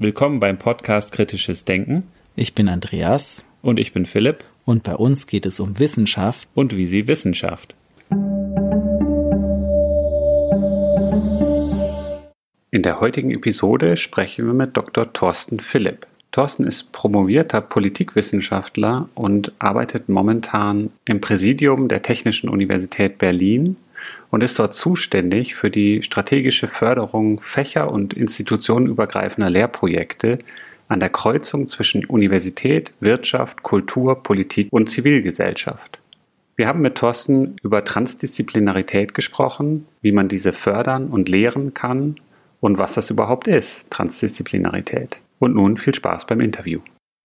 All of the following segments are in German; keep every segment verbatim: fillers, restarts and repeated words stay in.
Willkommen beim Podcast Kritisches Denken. Ich bin Andreas. Und ich bin Philipp. Und bei uns geht es um Wissenschaft. Und wie sie Wissenschaft. In der heutigen Episode sprechen wir mit Doktor Thorsten Philipp. Thorsten ist promovierter Politikwissenschaftler und arbeitet momentan im Präsidium der Technischen Universität Berlin und ist dort zuständig für die strategische Förderung fächer- und institutionenübergreifender Lehrprojekte an der Kreuzung zwischen Universität, Wirtschaft, Kultur, Politik und Zivilgesellschaft. Wir haben mit Thorsten über Transdisziplinarität gesprochen, wie man diese fördern und lehren kann und was das überhaupt ist, Transdisziplinarität. Und nun viel Spaß beim Interview.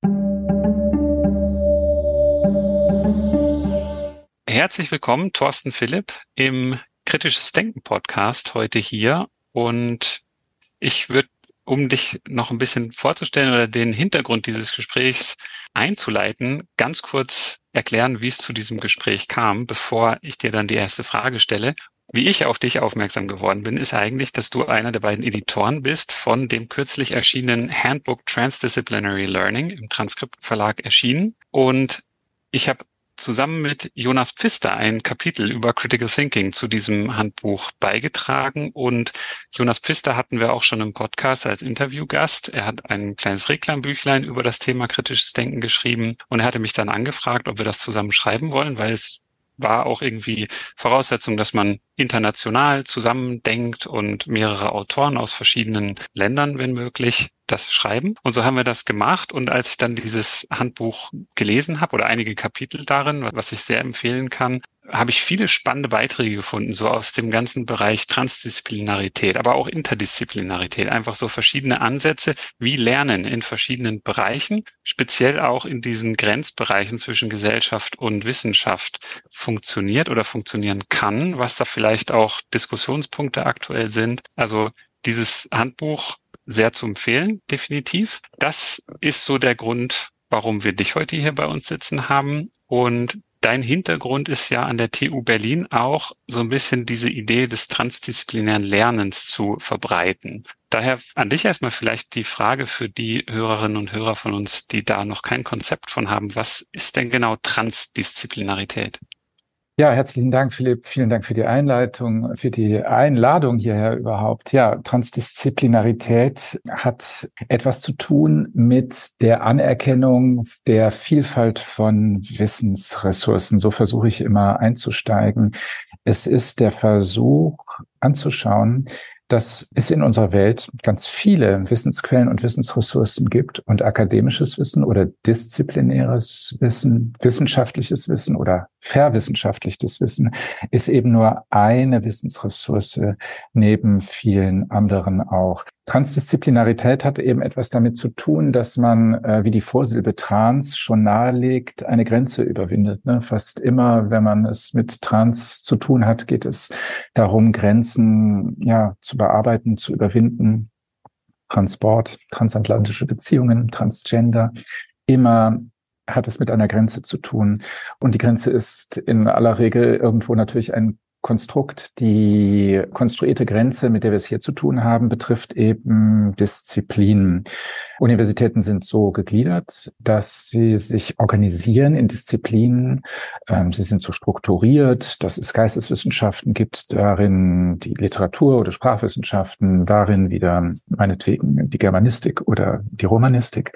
Herzlich willkommen, Thorsten Philipp, im Kritisches Denken Podcast heute hier. Und ich würde, um dich noch ein bisschen vorzustellen oder den Hintergrund dieses Gesprächs einzuleiten, ganz kurz erklären, wie es zu diesem Gespräch kam, bevor ich dir dann die erste Frage stelle. Wie ich auf dich aufmerksam geworden bin, ist eigentlich, dass du einer der beiden Editoren bist von dem kürzlich erschienenen Handbook Transdisciplinary Learning, im Transkript Verlag erschienen. Und ich habe zusammen mit Jonas Pfister ein Kapitel über Critical Thinking zu diesem Handbuch beigetragen. Und Jonas Pfister hatten wir auch schon im Podcast als Interviewgast. Er hat ein kleines Reklambüchlein über das Thema kritisches Denken geschrieben. Und er hatte mich dann angefragt, ob wir das zusammen schreiben wollen, weil es war auch irgendwie Voraussetzung, dass man international zusammendenkt und mehrere Autoren aus verschiedenen Ländern, wenn möglich, das schreiben. Und so haben wir das gemacht. Und als ich dann dieses Handbuch gelesen habe oder einige Kapitel darin, was ich sehr empfehlen kann, habe ich viele spannende Beiträge gefunden, so aus dem ganzen Bereich Transdisziplinarität, aber auch Interdisziplinarität. Einfach so verschiedene Ansätze, wie Lernen in verschiedenen Bereichen, speziell auch in diesen Grenzbereichen zwischen Gesellschaft und Wissenschaft funktioniert oder funktionieren kann, was da vielleicht auch Diskussionspunkte aktuell sind. Also dieses Handbuch sehr zu empfehlen, definitiv. Das ist so der Grund, warum wir dich heute hier bei uns sitzen haben. Und dein Hintergrund ist ja an der T U Berlin auch so ein bisschen diese Idee des transdisziplinären Lernens zu verbreiten. Daher an dich erstmal vielleicht die Frage für die Hörerinnen und Hörer von uns, die da noch kein Konzept von haben. Was ist denn genau Transdisziplinarität? Ja, herzlichen Dank, Philipp. Vielen Dank für die Einleitung, für die Einladung hierher überhaupt. Ja, Transdisziplinarität hat etwas zu tun mit der Anerkennung der Vielfalt von Wissensressourcen. So versuche ich immer einzusteigen. Es ist der Versuch anzuschauen, dass es in unserer Welt ganz viele Wissensquellen und Wissensressourcen gibt und akademisches Wissen oder disziplinäres Wissen, wissenschaftliches Wissen oder verwissenschaftlichtes Wissen ist eben nur eine Wissensressource neben vielen anderen auch. Transdisziplinarität hat eben etwas damit zu tun, dass man, äh, wie die Vorsilbe trans schon nahelegt, eine Grenze überwindet. Ne? Fast immer, wenn man es mit Trans zu tun hat, geht es darum, Grenzen ja zu bearbeiten, zu überwinden. Transport, transatlantische Beziehungen, Transgender, immer hat es mit einer Grenze zu tun. Und die Grenze ist in aller Regel irgendwo natürlich ein Konstrukt. Die konstruierte Grenze, mit der wir es hier zu tun haben, betrifft eben Disziplinen. Universitäten sind so gegliedert, dass sie sich organisieren in Disziplinen. Ähm, sie sind so strukturiert, dass es Geisteswissenschaften gibt, darin die Literatur oder Sprachwissenschaften, darin wieder meinetwegen die Germanistik oder die Romanistik.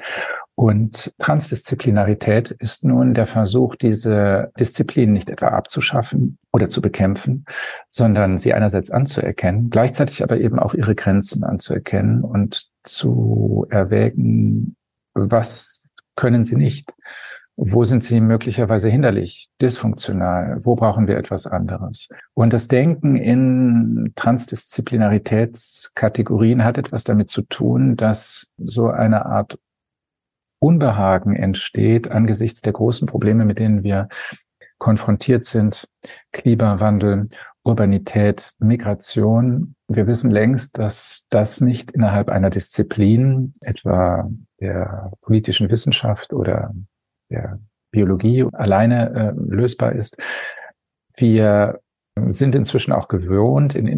Und Transdisziplinarität ist nun der Versuch, diese Disziplinen nicht etwa abzuschaffen oder zu bekämpfen, sondern sie einerseits anzuerkennen, gleichzeitig aber eben auch ihre Grenzen anzuerkennen und zu erwägen, was können sie nicht? Wo sind sie möglicherweise hinderlich, dysfunktional? Wo brauchen wir etwas anderes? Und das Denken in Transdisziplinaritätskategorien hat etwas damit zu tun, dass so eine Art Unbehagen entsteht angesichts der großen Probleme, mit denen wir konfrontiert sind. Klimawandel, Urbanität, Migration. Wir wissen längst, dass das nicht innerhalb einer Disziplin, etwa der politischen Wissenschaft oder der Biologie, alleine äh, lösbar ist. Wir sind inzwischen auch gewohnt, in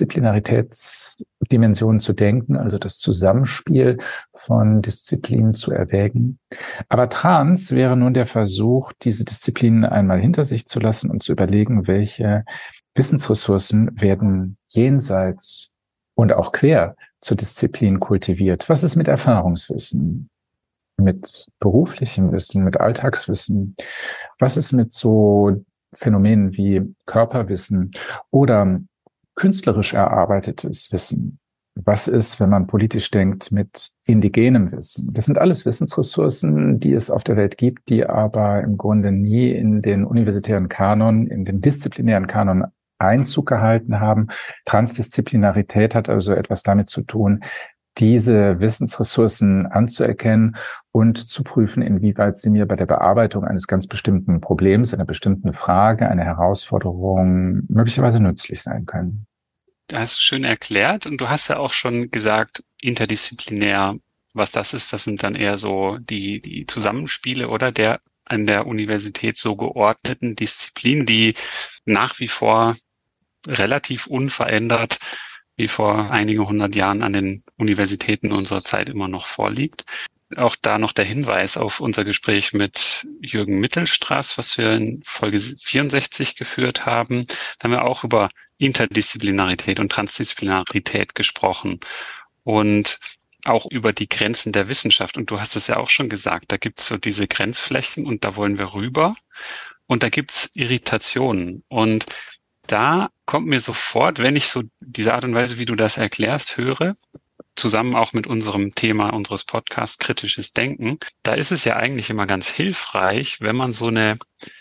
Interdisziplinaritätsdimensionen zu denken, also das Zusammenspiel von Disziplinen zu erwägen. Aber Trans wäre nun der Versuch, diese Disziplinen einmal hinter sich zu lassen und zu überlegen, welche Wissensressourcen werden jenseits und auch quer zur Disziplin kultiviert. Was ist mit Erfahrungswissen, mit beruflichem Wissen, mit Alltagswissen? Was ist mit so Phänomenen wie Körperwissen oder künstlerisch erarbeitetes Wissen? Was ist, wenn man politisch denkt, mit indigenem Wissen? Das sind alles Wissensressourcen, die es auf der Welt gibt, die aber im Grunde nie in den universitären Kanon, in den disziplinären Kanon Einzug gehalten haben. Transdisziplinarität hat also etwas damit zu tun, diese Wissensressourcen anzuerkennen und zu prüfen, inwieweit sie mir bei der Bearbeitung eines ganz bestimmten Problems, einer bestimmten Frage, einer Herausforderung möglicherweise nützlich sein können. Du hast es schön erklärt und du hast ja auch schon gesagt, interdisziplinär, was das ist, das sind dann eher so die, die Zusammenspiele oder der an der Universität so geordneten Disziplinen, die nach wie vor relativ unverändert wie vor einige hundert Jahren an den Universitäten unserer Zeit immer noch vorliegt. Auch da noch der Hinweis auf unser Gespräch mit Jürgen Mittelstraß, was wir in Folge vierundsechzig geführt haben. Da haben wir auch über Interdisziplinarität und Transdisziplinarität gesprochen und auch über die Grenzen der Wissenschaft. Und du hast es ja auch schon gesagt, da gibt es so diese Grenzflächen und da wollen wir rüber. Und da gibt es Irritationen. Und da kommt mir sofort, wenn ich so diese Art und Weise, wie du das erklärst, höre, zusammen auch mit unserem Thema unseres Podcasts kritisches Denken, da ist es ja eigentlich immer ganz hilfreich, wenn man so eine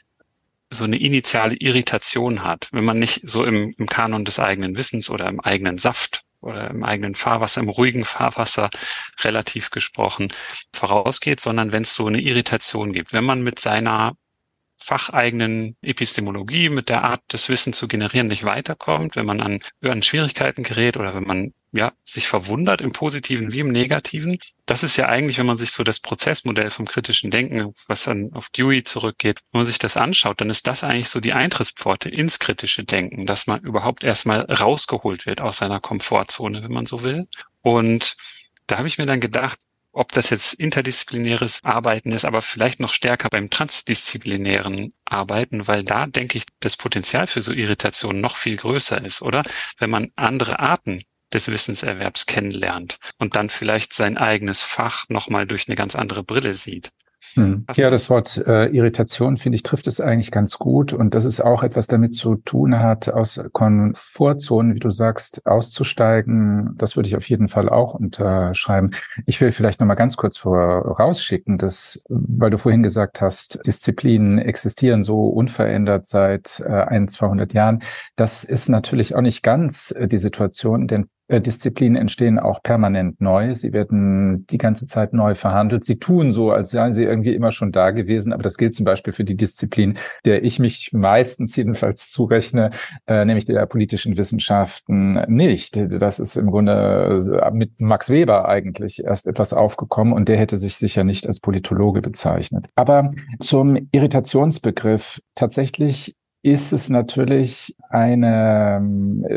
so eine initiale Irritation hat, wenn man nicht so im, im Kanon des eigenen Wissens oder im eigenen Saft oder im eigenen Fahrwasser, im ruhigen Fahrwasser relativ gesprochen vorausgeht, sondern wenn es so eine Irritation gibt, wenn man mit seiner facheigenen Epistemologie, mit der Art des Wissens zu generieren, nicht weiterkommt, wenn man an, an Schwierigkeiten gerät oder wenn man ja sich verwundert im Positiven wie im Negativen. Das ist ja eigentlich, wenn man sich so das Prozessmodell vom kritischen Denken, was dann auf Dewey zurückgeht, wenn man sich das anschaut, dann ist das eigentlich so die Eintrittspforte ins kritische Denken, dass man überhaupt erstmal rausgeholt wird aus seiner Komfortzone, wenn man so will. Und da habe ich mir dann gedacht, ob das jetzt interdisziplinäres Arbeiten ist, aber vielleicht noch stärker beim transdisziplinären Arbeiten, weil da, denke ich, das Potenzial für so Irritationen noch viel größer ist, oder? Wenn man andere Arten des Wissenserwerbs kennenlernt und dann vielleicht sein eigenes Fach nochmal durch eine ganz andere Brille sieht. Hm. Ja, das Wort äh, Irritation, finde ich, trifft es eigentlich ganz gut. Und dass es auch etwas damit zu tun hat, aus Komfortzonen, wie du sagst, auszusteigen. Das würde ich auf jeden Fall auch unterschreiben. Ich will vielleicht noch mal ganz kurz vorausschicken, dass, weil du vorhin gesagt hast, Disziplinen existieren so unverändert seit äh, ein, zweihundert Jahren. Das ist natürlich auch nicht ganz äh, die Situation, denn Disziplinen entstehen auch permanent neu. Sie werden die ganze Zeit neu verhandelt. Sie tun so, als seien sie irgendwie immer schon da gewesen. Aber das gilt zum Beispiel für die Disziplin, der ich mich meistens jedenfalls zurechne, äh, nämlich der politischen Wissenschaften nicht. Das ist im Grunde mit Max Weber eigentlich erst etwas aufgekommen und der hätte sich sicher nicht als Politologe bezeichnet. Aber zum Irritationsbegriff tatsächlich ist es natürlich eine,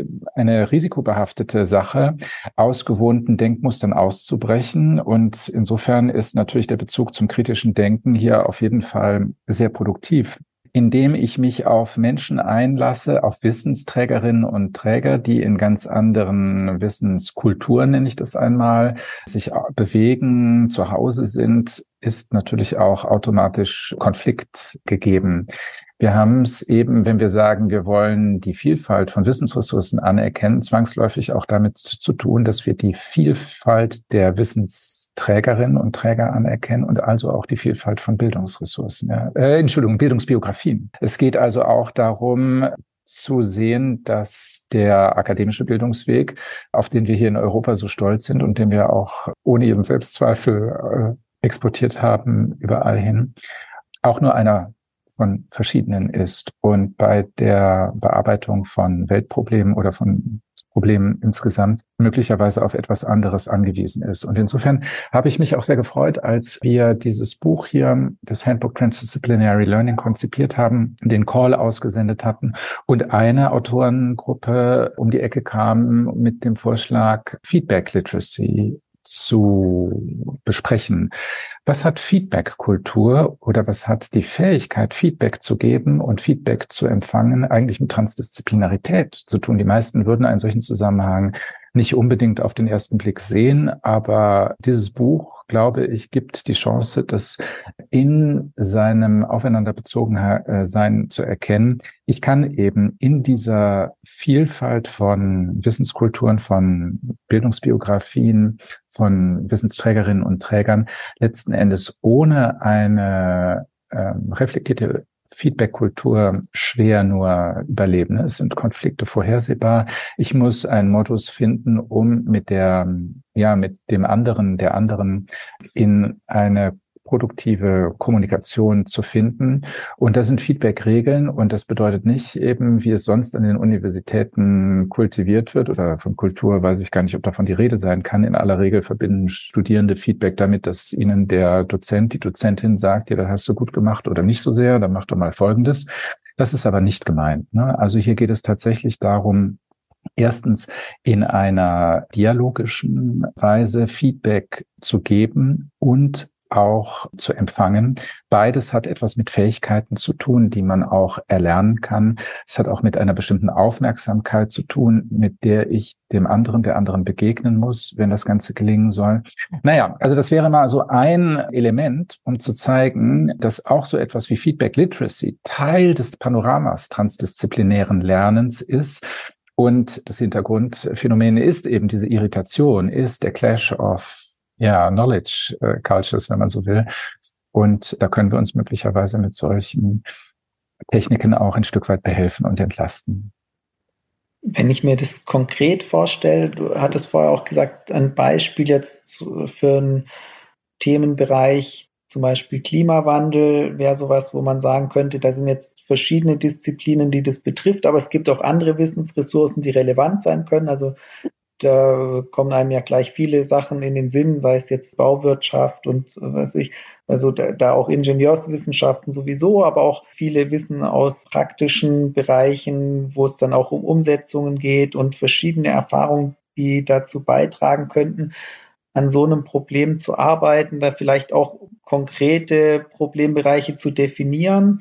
eine risikobehaftete Sache, aus gewohnten Denkmustern auszubrechen. Und insofern ist natürlich der Bezug zum kritischen Denken hier auf jeden Fall sehr produktiv, indem ich mich auf Menschen einlasse, auf Wissensträgerinnen und Träger, die in ganz anderen Wissenskulturen, nenne ich das einmal, sich bewegen, zu Hause sind, ist natürlich auch automatisch Konflikt gegeben. Wir haben es eben, wenn wir sagen, wir wollen die Vielfalt von Wissensressourcen anerkennen, zwangsläufig auch damit zu tun, dass wir die Vielfalt der Wissensträgerinnen und Träger anerkennen und also auch die Vielfalt von Bildungsressourcen. Ja. Äh, Entschuldigung, Bildungsbiografien. Es geht also auch darum, zu sehen, dass der akademische Bildungsweg, auf den wir hier in Europa so stolz sind und den wir auch ohne jeden Selbstzweifel äh, exportiert haben, überall hin, auch nur einer von verschiedenen ist. Und bei der Bearbeitung von Weltproblemen oder von Problem insgesamt möglicherweise auf etwas anderes angewiesen ist. Und insofern habe ich mich auch sehr gefreut, als wir dieses Buch hier, das Handbook Transdisciplinary Learning, konzipiert haben, den Call ausgesendet hatten und eine Autorengruppe um die Ecke kam mit dem Vorschlag, Feedback Literacy zu besprechen. Was hat Feedback-Kultur oder was hat die Fähigkeit, Feedback zu geben und Feedback zu empfangen, eigentlich mit Transdisziplinarität zu tun? Die meisten würden einen solchen Zusammenhang nicht unbedingt auf den ersten Blick sehen, aber dieses Buch, glaube ich, gibt die Chance, das in seinem Aufeinanderbezogensein zu erkennen. Ich kann eben in dieser Vielfalt von Wissenskulturen, von Bildungsbiografien, von Wissensträgerinnen und Trägern letzten Endes ohne eine ähm, reflektierte Feedback-Kultur schwer nur überleben. Es sind Konflikte vorhersehbar. Ich muss einen Modus finden, um mit der, ja, mit dem anderen, der anderen in eine produktive Kommunikation zu finden. Und das sind Feedback-Regeln. Und das bedeutet nicht eben, wie es sonst an den Universitäten kultiviert wird, oder von Kultur weiß ich gar nicht, ob davon die Rede sein kann. In aller Regel verbinden Studierende Feedback damit, dass ihnen der Dozent, die Dozentin sagt, ja, das hast du gut gemacht oder nicht so sehr, dann mach doch mal Folgendes. Das ist aber nicht gemeint, ne? Also hier geht es tatsächlich darum, erstens in einer dialogischen Weise Feedback zu geben und auch zu empfangen. Beides hat etwas mit Fähigkeiten zu tun, die man auch erlernen kann. Es hat auch mit einer bestimmten Aufmerksamkeit zu tun, mit der ich dem anderen, der anderen begegnen muss, wenn das Ganze gelingen soll. Naja, also das wäre mal so ein Element, um zu zeigen, dass auch so etwas wie Feedback Literacy Teil des Panoramas transdisziplinären Lernens ist. Und das Hintergrundphänomen ist eben diese Irritation, ist der Clash of ja, Knowledge äh, Cultures, wenn man so will. Und da können wir uns möglicherweise mit solchen Techniken auch ein Stück weit behelfen und entlasten. Wenn ich mir das konkret vorstelle, du hattest vorher auch gesagt, ein Beispiel jetzt für einen Themenbereich, zum Beispiel Klimawandel, wäre sowas, wo man sagen könnte, da sind jetzt verschiedene Disziplinen, die das betrifft, aber es gibt auch andere Wissensressourcen, die relevant sein können. Also da kommen einem ja gleich viele Sachen in den Sinn, sei es jetzt Bauwirtschaft und was weiß ich, also da, da auch Ingenieurswissenschaften sowieso, aber auch viele Wissen aus praktischen Bereichen, wo es dann auch um Umsetzungen geht und verschiedene Erfahrungen, die dazu beitragen könnten, an so einem Problem zu arbeiten, da vielleicht auch konkrete Problembereiche zu definieren.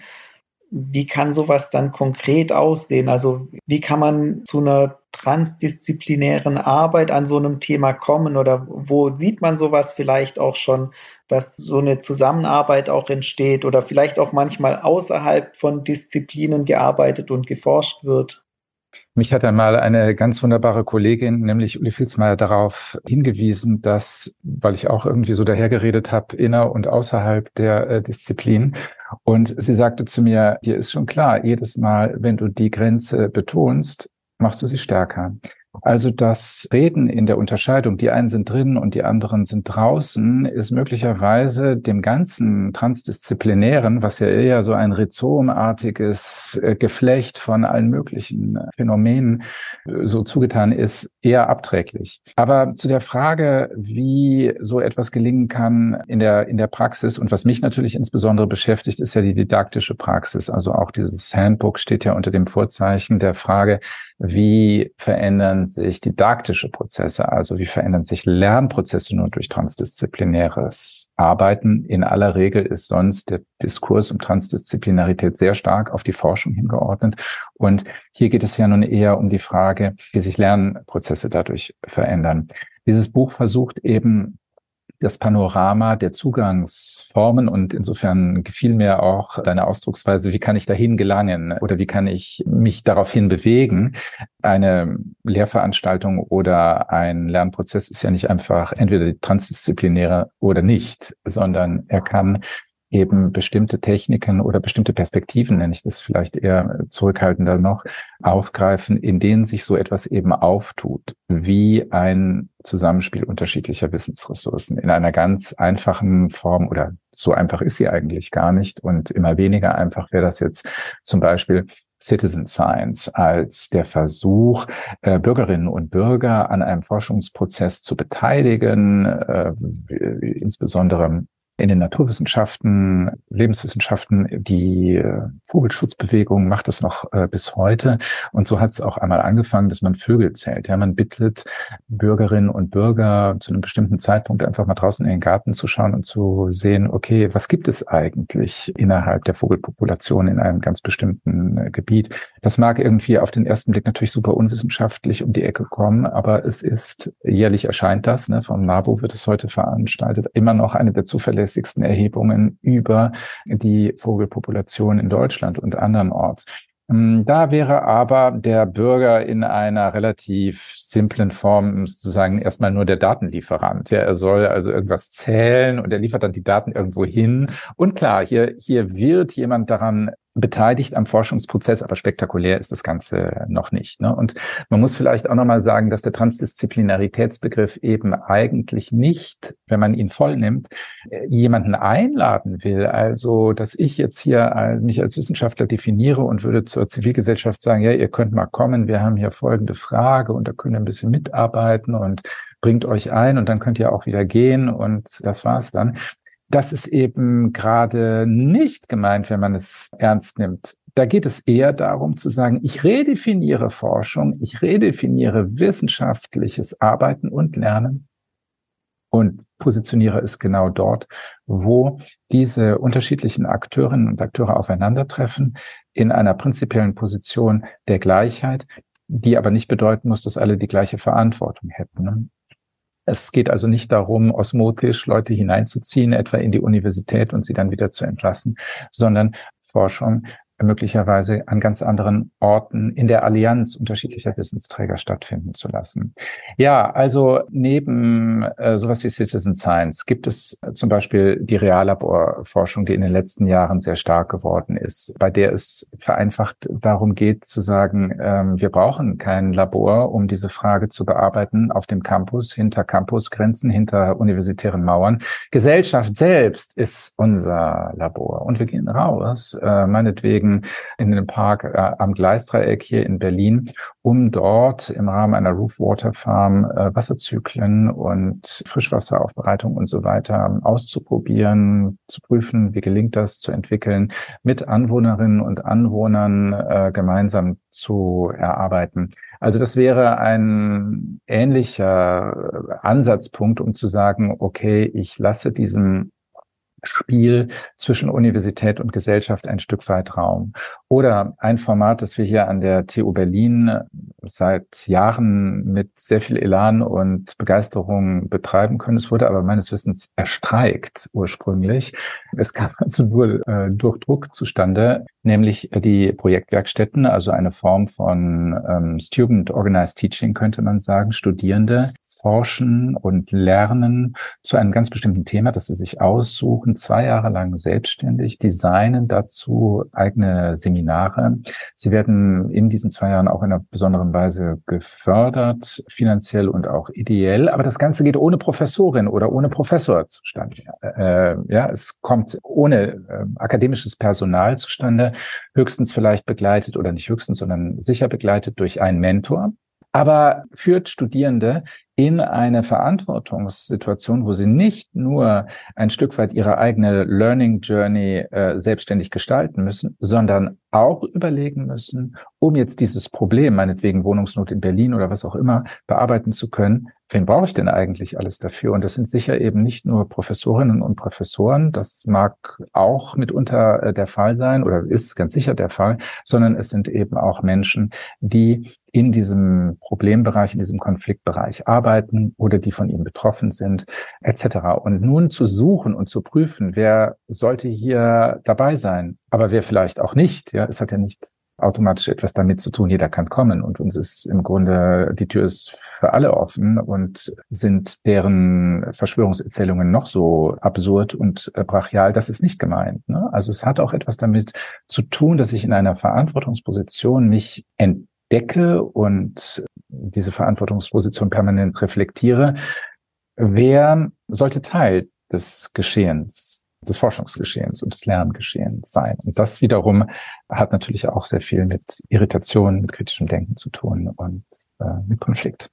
Wie kann sowas dann konkret aussehen? Also wie kann man zu einer transdisziplinären Arbeit an so einem Thema kommen oder wo sieht man sowas vielleicht auch schon, dass so eine Zusammenarbeit auch entsteht oder vielleicht auch manchmal außerhalb von Disziplinen gearbeitet und geforscht wird? Mich hat einmal eine ganz wunderbare Kollegin, nämlich Uli Filzmeier, darauf hingewiesen, dass, weil ich auch irgendwie so dahergeredet habe, inner und außerhalb der äh, Disziplin. Und sie sagte zu mir, dir ist schon klar, jedes Mal, wenn du die Grenze betonst, machst du sie stärker. Also das Reden in der Unterscheidung, die einen sind drin und die anderen sind draußen, ist möglicherweise dem ganzen Transdisziplinären, was ja eher so ein rhizomartiges Geflecht von allen möglichen Phänomenen so zugetan ist, eher abträglich. Aber zu der Frage, wie so etwas gelingen kann in der, in der Praxis und was mich natürlich insbesondere beschäftigt, ist ja die didaktische Praxis. Also auch dieses Handbook steht ja unter dem Vorzeichen der Frage, wie verändern sich didaktische Prozesse, also wie verändern sich Lernprozesse nur durch transdisziplinäres Arbeiten. In aller Regel ist sonst der Diskurs um Transdisziplinarität sehr stark auf die Forschung hingeordnet. Und hier geht es ja nun eher um die Frage, wie sich Lernprozesse dadurch verändern. Dieses Buch versucht eben, das Panorama der Zugangsformen und insofern gefiel mir auch deine Ausdrucksweise, wie kann ich dahin gelangen oder wie kann ich mich daraufhin bewegen. Eine Lehrveranstaltung oder ein Lernprozess ist ja nicht einfach entweder transdisziplinäre oder nicht, sondern er kann eben bestimmte Techniken oder bestimmte Perspektiven, nenne ich das vielleicht eher zurückhaltender noch, aufgreifen, in denen sich so etwas eben auftut, wie ein Zusammenspiel unterschiedlicher Wissensressourcen in einer ganz einfachen Form, oder so einfach ist sie eigentlich gar nicht und immer weniger einfach wäre das jetzt zum Beispiel, Citizen Science, als der Versuch, äh, Bürgerinnen und Bürger an einem Forschungsprozess zu beteiligen, äh, insbesondere in den Naturwissenschaften, Lebenswissenschaften. Die äh, Vogelschutzbewegung macht das noch äh, bis heute. Und so hat es auch einmal angefangen, dass man Vögel zählt. Ja, man bittet Bürgerinnen und Bürger zu einem bestimmten Zeitpunkt einfach mal draußen in den Garten zu schauen und zu sehen, okay, was gibt es eigentlich innerhalb der Vogelpopulation in einem ganz bestimmten äh, Gebiet? Das mag irgendwie auf den ersten Blick natürlich super unwissenschaftlich um die Ecke kommen, aber es ist, jährlich erscheint das, ne, vom NABU wird es heute veranstaltet, immer noch eine der zuverlässigsten Erhebungen über die Vogelpopulation in Deutschland und andernorts. Da wäre aber der Bürger in einer relativ simplen Form sozusagen erstmal nur der Datenlieferant. Ja, er soll also irgendwas zählen und er liefert dann die Daten irgendwo hin. Und klar, hier, hier wird jemand daran beteiligt am Forschungsprozess, aber spektakulär ist das Ganze noch nicht, ne? Und man muss vielleicht auch nochmal sagen, dass der Transdisziplinaritätsbegriff eben eigentlich nicht, wenn man ihn voll nimmt, jemanden einladen will. Also, dass ich jetzt hier mich als Wissenschaftler definiere und würde zur Zivilgesellschaft sagen, ja, ihr könnt mal kommen, wir haben hier folgende Frage und da könnt ihr ein bisschen mitarbeiten und bringt euch ein und dann könnt ihr auch wieder gehen und das war's dann. Das ist eben gerade nicht gemeint, wenn man es ernst nimmt. Da geht es eher darum zu sagen, ich redefiniere Forschung, ich redefiniere wissenschaftliches Arbeiten und Lernen und positioniere es genau dort, wo diese unterschiedlichen Akteurinnen und Akteure aufeinandertreffen, in einer prinzipiellen Position der Gleichheit, die aber nicht bedeuten muss, dass alle die gleiche Verantwortung hätten. Es geht also nicht darum, osmotisch Leute hineinzuziehen, etwa in die Universität und sie dann wieder zu entlassen, sondern Forschung möglicherweise an ganz anderen Orten in der Allianz unterschiedlicher Wissensträger stattfinden zu lassen. Ja, also neben äh, sowas wie Citizen Science gibt es äh, zum Beispiel die Reallaborforschung, die in den letzten Jahren sehr stark geworden ist, bei der es vereinfacht darum geht zu sagen, ähm, wir brauchen kein Labor, um diese Frage zu bearbeiten auf dem Campus, hinter Campusgrenzen, hinter universitären Mauern. Gesellschaft selbst ist unser Labor und wir gehen raus, äh, meinetwegen in den Park äh, am Gleisdreieck hier in Berlin, um dort im Rahmen einer Roof Water Farm äh, Wasserzyklen und Frischwasseraufbereitung und so weiter auszuprobieren, zu prüfen, wie gelingt das, zu entwickeln, mit Anwohnerinnen und Anwohnern äh, gemeinsam zu erarbeiten. Also das wäre ein ähnlicher Ansatzpunkt, um zu sagen, okay, ich lasse diesem Spiel zwischen Universität und Gesellschaft ein Stück weit Raum. Oder ein Format, das wir hier an der T U Berlin seit Jahren mit sehr viel Elan und Begeisterung betreiben können. Es wurde aber meines Wissens erstreikt ursprünglich. Es kam also nur äh, durch Druck zustande, nämlich die Projektwerkstätten, also eine Form von ähm, Student Organized Teaching, könnte man sagen. Studierende forschen und lernen zu einem ganz bestimmten Thema, das sie sich aussuchen, zwei Jahre lang selbstständig, designen dazu eigene Seminare. Sie werden in diesen zwei Jahren auch in einer besonderen Weise gefördert, finanziell und auch ideell. Aber das Ganze geht ohne Professorin oder ohne Professor zustande. Äh, ja, es kommt ohne äh, akademisches Personal zustande, höchstens vielleicht begleitet oder nicht höchstens, sondern sicher begleitet durch einen Mentor. Aber führt Studierende in eine Verantwortungssituation, wo sie nicht nur ein Stück weit ihre eigene Learning Journey äh, selbstständig gestalten müssen, sondern auch überlegen müssen, um jetzt dieses Problem, meinetwegen Wohnungsnot in Berlin oder was auch immer, bearbeiten zu können, wen brauche ich denn eigentlich alles dafür? Und das sind sicher eben nicht nur Professorinnen und Professoren, das mag auch mitunter äh, der Fall sein oder ist ganz sicher der Fall, sondern es sind eben auch Menschen, die in diesem Problembereich, in diesem Konfliktbereich arbeiten oder die von ihm betroffen sind, et cetera. Und nun zu suchen und zu prüfen, wer sollte hier dabei sein, aber wer vielleicht auch nicht. Ja, es hat ja nicht automatisch etwas damit zu tun, jeder kann kommen und uns ist im Grunde, die Tür ist für alle offen und sind deren Verschwörungserzählungen noch so absurd und brachial, das ist nicht gemeint, ne? Also es hat auch etwas damit zu tun, dass ich in einer Verantwortungsposition mich entdecke und diese Verantwortungsposition permanent reflektiere. Wer sollte Teil des Geschehens des Forschungsgeschehens und des Lerngeschehens sein. Und das wiederum hat natürlich auch sehr viel mit Irritation, mit kritischem Denken zu tun und äh, mit Konflikt.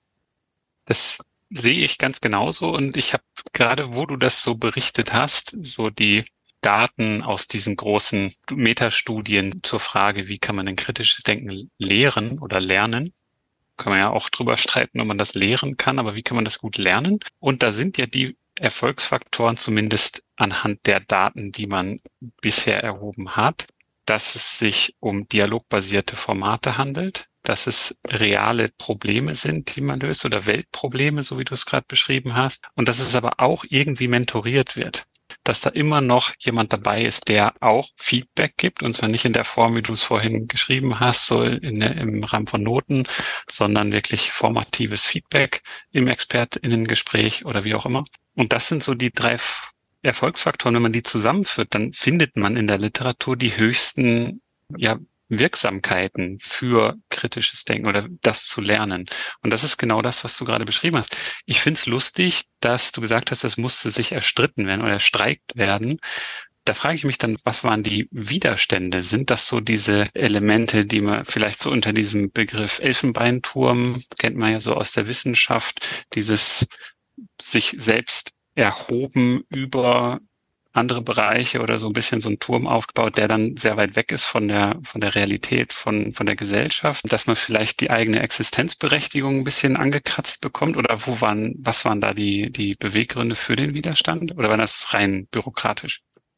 Das sehe ich ganz genauso. Und ich habe gerade, wo du das so berichtet hast, so die Daten aus diesen großen Metastudien zur Frage, wie kann man denn kritisches Denken lehren oder lernen? Kann man ja auch drüber streiten, ob man das lehren kann, aber wie kann man das gut lernen? Und da sind ja die Erfolgsfaktoren zumindest anhand der Daten, die man bisher erhoben hat, dass es sich um dialogbasierte Formate handelt, dass es reale Probleme sind, die man löst, oder Weltprobleme, so wie du es gerade beschrieben hast, und dass es aber auch irgendwie mentoriert wird, dass da immer noch jemand dabei ist, der auch Feedback gibt, und zwar nicht in der Form, wie du es vorhin geschrieben hast, so in, im Rahmen von Noten, sondern wirklich formatives Feedback im ExpertInnen-Gespräch oder wie auch immer. Und das sind so die drei Erfolgsfaktoren. Wenn man die zusammenführt, dann findet man in der Literatur die höchsten, ja, Wirksamkeiten für kritisches Denken oder das zu lernen. Und das ist genau das, was du gerade beschrieben hast. Ich finde es lustig, dass du gesagt hast, das musste sich erstritten werden oder erstreikt werden. Da frage ich mich dann, was waren die Widerstände? Sind das so diese Elemente, die man vielleicht so unter diesem Begriff Elfenbeinturm, kennt man ja so aus der Wissenschaft, dieses sich selbst erhoben über andere Bereiche oder so ein bisschen so ein Turm aufgebaut, der dann sehr weit weg ist von der von der Realität, von von der Gesellschaft, dass man vielleicht die eigene Existenzberechtigung ein bisschen angekratzt bekommt, oder wo waren, was waren da die die Beweggründe für den Widerstand, oder war das rein bürokratisch?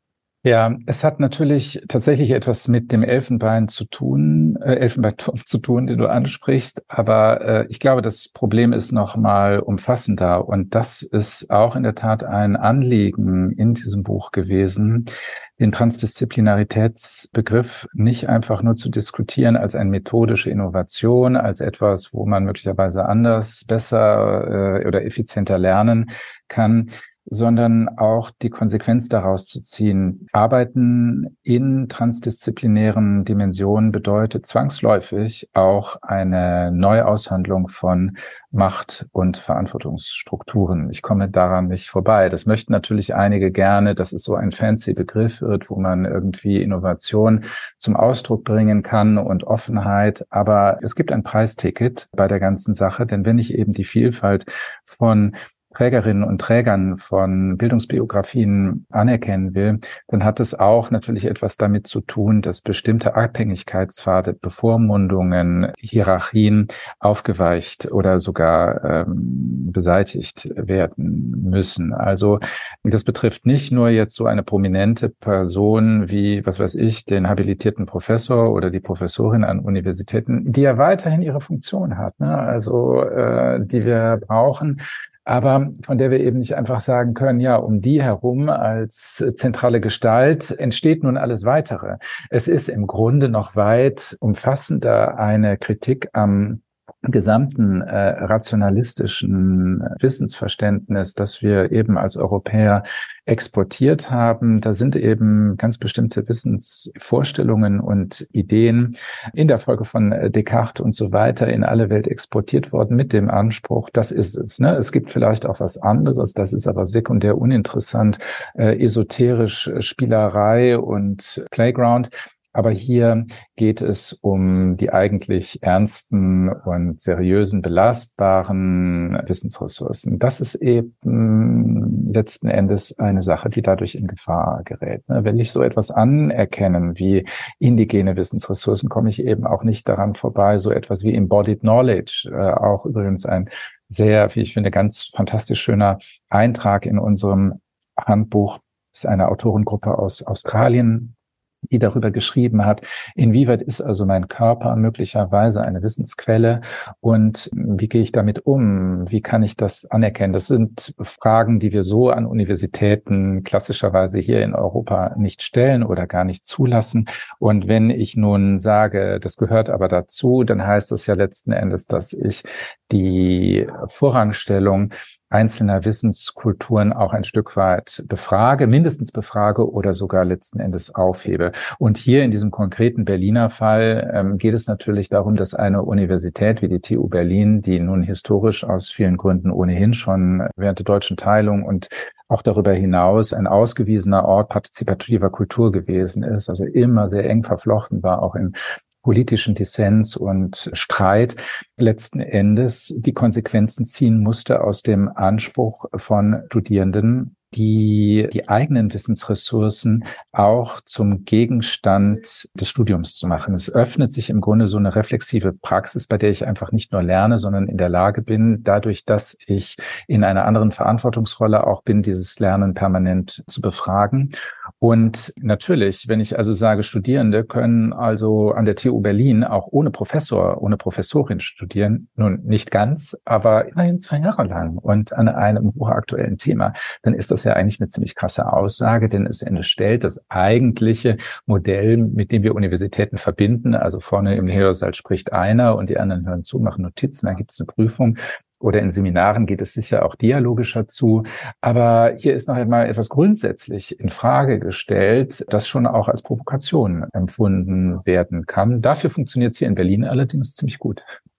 Ja, es hat natürlich tatsächlich etwas mit dem Elfenbein zu tun, äh, Elfenbeinturm zu tun, den du ansprichst. Aber äh, ich glaube, das Problem ist noch mal umfassender. Und das ist auch in der Tat ein Anliegen in diesem Buch gewesen, den Transdisziplinaritätsbegriff nicht einfach nur zu diskutieren als eine methodische Innovation, als etwas, wo man möglicherweise anders, besser äh, oder effizienter lernen kann, sondern auch die Konsequenz daraus zu ziehen. Arbeiten in transdisziplinären Dimensionen bedeutet zwangsläufig auch eine Neuaushandlung von Macht- und Verantwortungsstrukturen. Ich komme daran nicht vorbei. Das möchten natürlich einige gerne, dass es so ein fancy Begriff wird, wo man irgendwie Innovation zum Ausdruck bringen kann und Offenheit. Aber es gibt ein Preisticket bei der ganzen Sache, denn wenn ich eben die Vielfalt von Trägerinnen und Trägern von Bildungsbiografien anerkennen will, dann hat es auch natürlich etwas damit zu tun, dass bestimmte Abhängigkeitspfade, Bevormundungen, Hierarchien aufgeweicht oder sogar ähm, beseitigt werden müssen. Also das betrifft nicht nur jetzt so eine prominente Person wie, was weiß ich, den habilitierten Professor oder die Professorin an Universitäten, die ja weiterhin ihre Funktion hat, ne? Also äh, die wir brauchen, aber von der wir eben nicht einfach sagen können, ja, um die herum als zentrale Gestalt entsteht nun alles Weitere. Es ist im Grunde noch weit umfassender eine Kritik am gesamten äh, rationalistischen Wissensverständnis, das wir eben als Europäer exportiert haben. Da sind eben ganz bestimmte Wissensvorstellungen und Ideen in der Folge von Descartes und so weiter in alle Welt exportiert worden mit dem Anspruch, das ist es. Ne? Es gibt vielleicht auch was anderes, das ist aber sekundär uninteressant, äh, esoterisch Spielerei und Playground. Aber hier geht es um die eigentlich ernsten und seriösen, belastbaren Wissensressourcen. Das ist eben letzten Endes eine Sache, die dadurch in Gefahr gerät. Wenn ich so etwas anerkennen wie indigene Wissensressourcen, komme ich eben auch nicht daran vorbei, so etwas wie Embodied Knowledge, auch übrigens ein sehr, wie ich finde, ganz fantastisch schöner Eintrag in unserem Handbuch, das ist eine Autorengruppe aus Australien, die darüber geschrieben hat, inwieweit ist also mein Körper möglicherweise eine Wissensquelle und wie gehe ich damit um? Wie kann ich das anerkennen? Das sind Fragen, die wir so an Universitäten klassischerweise hier in Europa nicht stellen oder gar nicht zulassen. Und wenn ich nun sage, das gehört aber dazu, dann heißt das ja letzten Endes, dass ich die Vorrangstellung einzelner Wissenskulturen auch ein Stück weit befrage, mindestens befrage oder sogar letzten Endes aufhebe. Und hier in diesem konkreten Berliner Fall ähm, geht es natürlich darum, dass eine Universität wie die T U Berlin, die nun historisch aus vielen Gründen ohnehin schon während der deutschen Teilung und auch darüber hinaus ein ausgewiesener Ort partizipativer Kultur gewesen ist, also immer sehr eng verflochten war, auch in politischen Dissens und Streit, letzten Endes die Konsequenzen ziehen musste aus dem Anspruch von Studierenden, die die eigenen Wissensressourcen auch zum Gegenstand des Studiums zu machen. Es öffnet sich im Grunde so eine reflexive Praxis, bei der ich einfach nicht nur lerne, sondern in der Lage bin, dadurch, dass ich in einer anderen Verantwortungsrolle auch bin, dieses Lernen permanent zu befragen. Und natürlich, wenn ich also sage, Studierende können also an der T U Berlin auch ohne Professor, ohne Professorin studieren, nun nicht ganz, aber immerhin zwei Jahre lang und an einem hochaktuellen Thema, dann ist das ja eigentlich eine ziemlich krasse Aussage, denn es unterstellt das eigentliche Modell, mit dem wir Universitäten verbinden. Also vorne im Hörsaal spricht einer und die anderen hören zu, machen Notizen, dann gibt es eine Prüfung. Oder in Seminaren geht es sicher auch dialogischer zu. Aber hier ist noch einmal etwas grundsätzlich in Frage gestellt, das schon auch als Provokation empfunden werden kann. Dafür funktioniert es hier in Berlin allerdings ziemlich gut.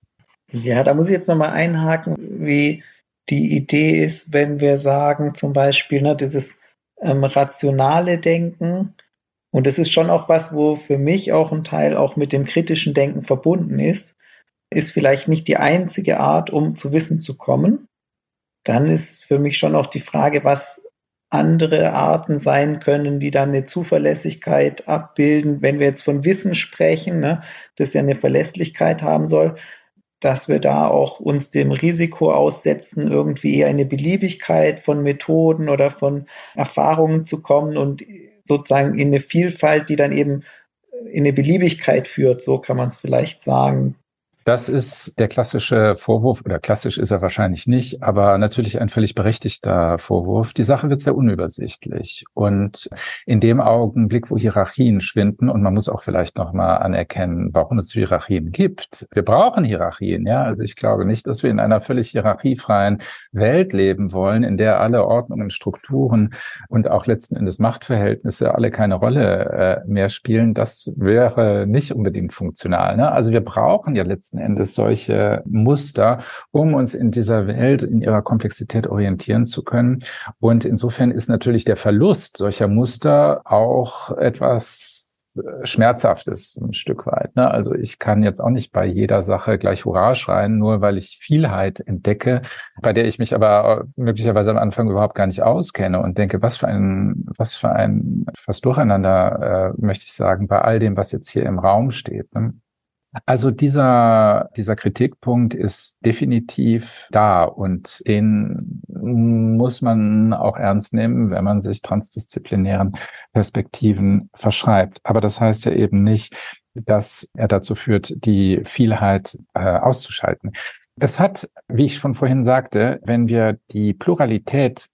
Ja, da muss ich jetzt nochmal einhaken, wie die Idee ist, wenn wir sagen, zum Beispiel, ne, dieses ähm, rationale Denken. Und das ist schon auch was, wo für mich auch ein Teil auch mit dem kritischen Denken verbunden ist. Ist vielleicht nicht die einzige Art, um zu Wissen zu kommen. Dann ist für mich schon auch die Frage, was andere Arten sein können, die dann eine Zuverlässigkeit abbilden. Wenn wir jetzt von Wissen sprechen, ne, das ja eine Verlässlichkeit haben soll, dass wir da auch uns dem Risiko aussetzen, irgendwie eher eine Beliebigkeit von Methoden oder von Erfahrungen zu kommen und sozusagen in eine Vielfalt, die dann eben in eine Beliebigkeit führt, so kann man es vielleicht sagen. Das ist der klassische Vorwurf, oder klassisch ist er wahrscheinlich nicht, aber natürlich ein völlig berechtigter Vorwurf. Die Sache wird sehr unübersichtlich. Und in dem Augenblick, wo Hierarchien schwinden, und man muss auch vielleicht nochmal anerkennen, warum es Hierarchien gibt. Wir brauchen Hierarchien, ja. Also ich glaube nicht, dass wir in einer völlig hierarchiefreien Welt leben wollen, in der alle Ordnungen, Strukturen und auch letzten Endes Machtverhältnisse alle keine Rolle äh, mehr spielen. Das wäre nicht unbedingt funktional, ne? Also wir brauchen ja letzten Endes solche Muster, um uns in dieser Welt in ihrer Komplexität orientieren zu können. Und insofern ist natürlich der Verlust solcher Muster auch etwas Schmerzhaftes ein Stück weit, ne? Also ich kann jetzt auch nicht bei jeder Sache gleich Hurra schreien, nur weil ich Vielheit entdecke, bei der ich mich aber möglicherweise am Anfang überhaupt gar nicht auskenne und denke, was für ein, was für ein, was Durcheinander, äh, möchte ich sagen, bei all dem, was jetzt hier im Raum steht, ne? Also dieser, dieser Kritikpunkt ist definitiv da und den muss man auch ernst nehmen, wenn man sich transdisziplinären Perspektiven verschreibt. Aber das heißt ja eben nicht, dass er dazu führt, die Vielheit äh, auszuschalten. Es hat, wie ich schon vorhin sagte, wenn wir die Pluralität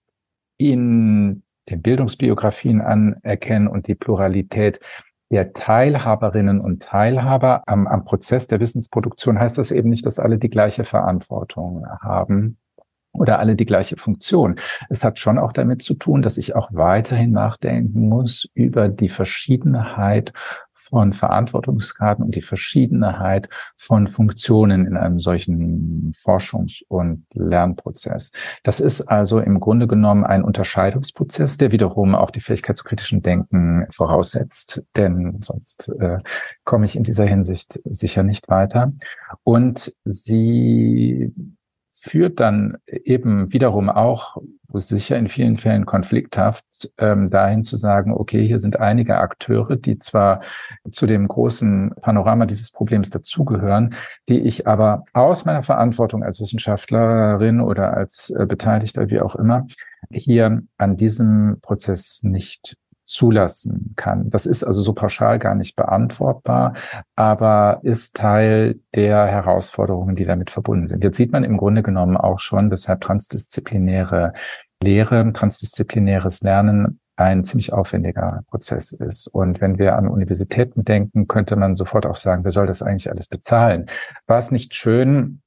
in den Bildungsbiografien anerkennen und die Pluralität der Teilhaberinnen und Teilhaber am, am Prozess der Wissensproduktion, heißt das eben nicht, dass alle die gleiche Verantwortung haben oder alle die gleiche Funktion. Es hat schon auch damit zu tun, dass ich auch weiterhin nachdenken muss über die Verschiedenheit von Verantwortungsgraden und die Verschiedenheit von Funktionen in einem solchen Forschungs- und Lernprozess. Das ist also im Grunde genommen ein Unterscheidungsprozess, der wiederum auch die Fähigkeit zu kritischem Denken voraussetzt, denn sonst äh, komme ich in dieser Hinsicht sicher nicht weiter. Und sie führt dann eben wiederum auch, sicher in vielen Fällen konflikthaft, ähm, dahin zu sagen, okay, hier sind einige Akteure, die zwar zu dem großen Panorama dieses Problems dazugehören, die ich aber aus meiner Verantwortung als Wissenschaftlerin oder als äh, Beteiligter, wie auch immer, hier an diesem Prozess nicht zulassen kann. Das ist also so pauschal gar nicht beantwortbar, aber ist Teil der Herausforderungen, die damit verbunden sind. Jetzt sieht man im Grunde genommen auch schon, weshalb transdisziplinäre Lehre, transdisziplinäres Lernen ein ziemlich aufwendiger Prozess ist. Und wenn wir an Universitäten denken, könnte man sofort auch sagen, wer soll das eigentlich alles bezahlen? War es nicht schön,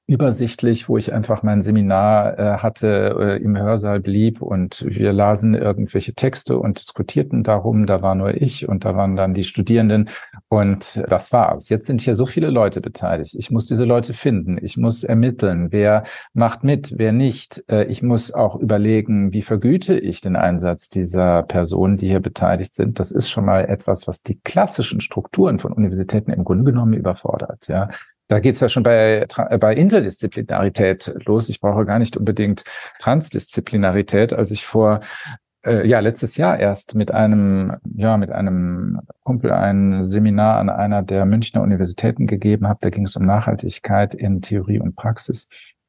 übersichtlich, wo ich einfach mein Seminar äh, hatte, äh, im Hörsaal blieb und wir lasen irgendwelche Texte und diskutierten darum. Da war nur ich und da waren dann die Studierenden und das war's. Jetzt sind hier so viele Leute beteiligt. Ich muss diese Leute finden. Ich muss ermitteln, wer macht mit, wer nicht. Äh, ich muss auch überlegen, wie vergüte ich den Einsatz dieser Personen, die hier beteiligt sind. Das ist schon mal etwas, was die klassischen Strukturen von Universitäten im Grunde genommen überfordert, ja. Da geht's ja schon bei, bei Interdisziplinarität los. Ich brauche gar nicht unbedingt Transdisziplinarität. Als ich vor, äh, ja, letztes Jahr erst mit einem, ja, mit einem Kumpel ein Seminar an einer der Münchner Universitäten gegeben habe, da ging es um Nachhaltigkeit in Theorie und Praxis.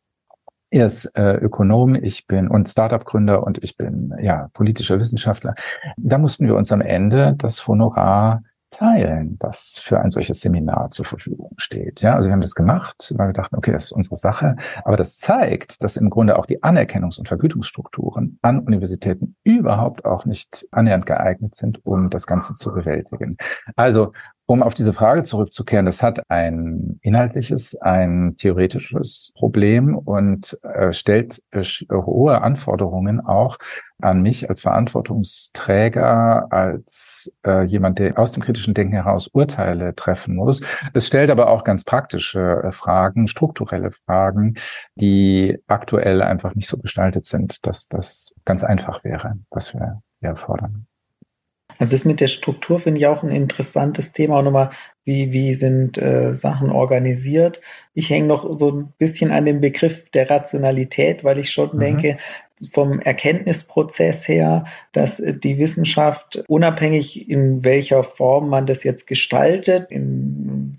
Er ist äh, Ökonom, ich bin und Startup-Gründer und ich bin, ja, politischer Wissenschaftler. Da mussten wir uns am Ende das Honorar teilen, das für ein solches Seminar zur Verfügung steht. Ja, also wir haben das gemacht, weil wir dachten, okay, das ist unsere Sache. Aber das zeigt, dass im Grunde auch die Anerkennungs- und Vergütungsstrukturen an Universitäten überhaupt auch nicht annähernd geeignet sind, um das Ganze zu bewältigen. Also, um auf diese Frage zurückzukehren, das hat ein inhaltliches, ein theoretisches Problem und äh, stellt äh, hohe Anforderungen auch an mich als Verantwortungsträger, als äh, jemand, der aus dem kritischen Denken heraus Urteile treffen muss. Es stellt aber auch ganz praktische äh, Fragen, strukturelle Fragen, die aktuell einfach nicht so gestaltet sind, dass das ganz einfach wäre, was wir hier fordern. Also das mit der Struktur finde ich auch ein interessantes Thema. Auch nochmal, wie, wie sind äh, Sachen organisiert? Ich hänge noch so ein bisschen an dem Begriff der Rationalität, weil ich schon mhm. denke, vom Erkenntnisprozess her, dass die Wissenschaft, unabhängig in welcher Form man das jetzt gestaltet, in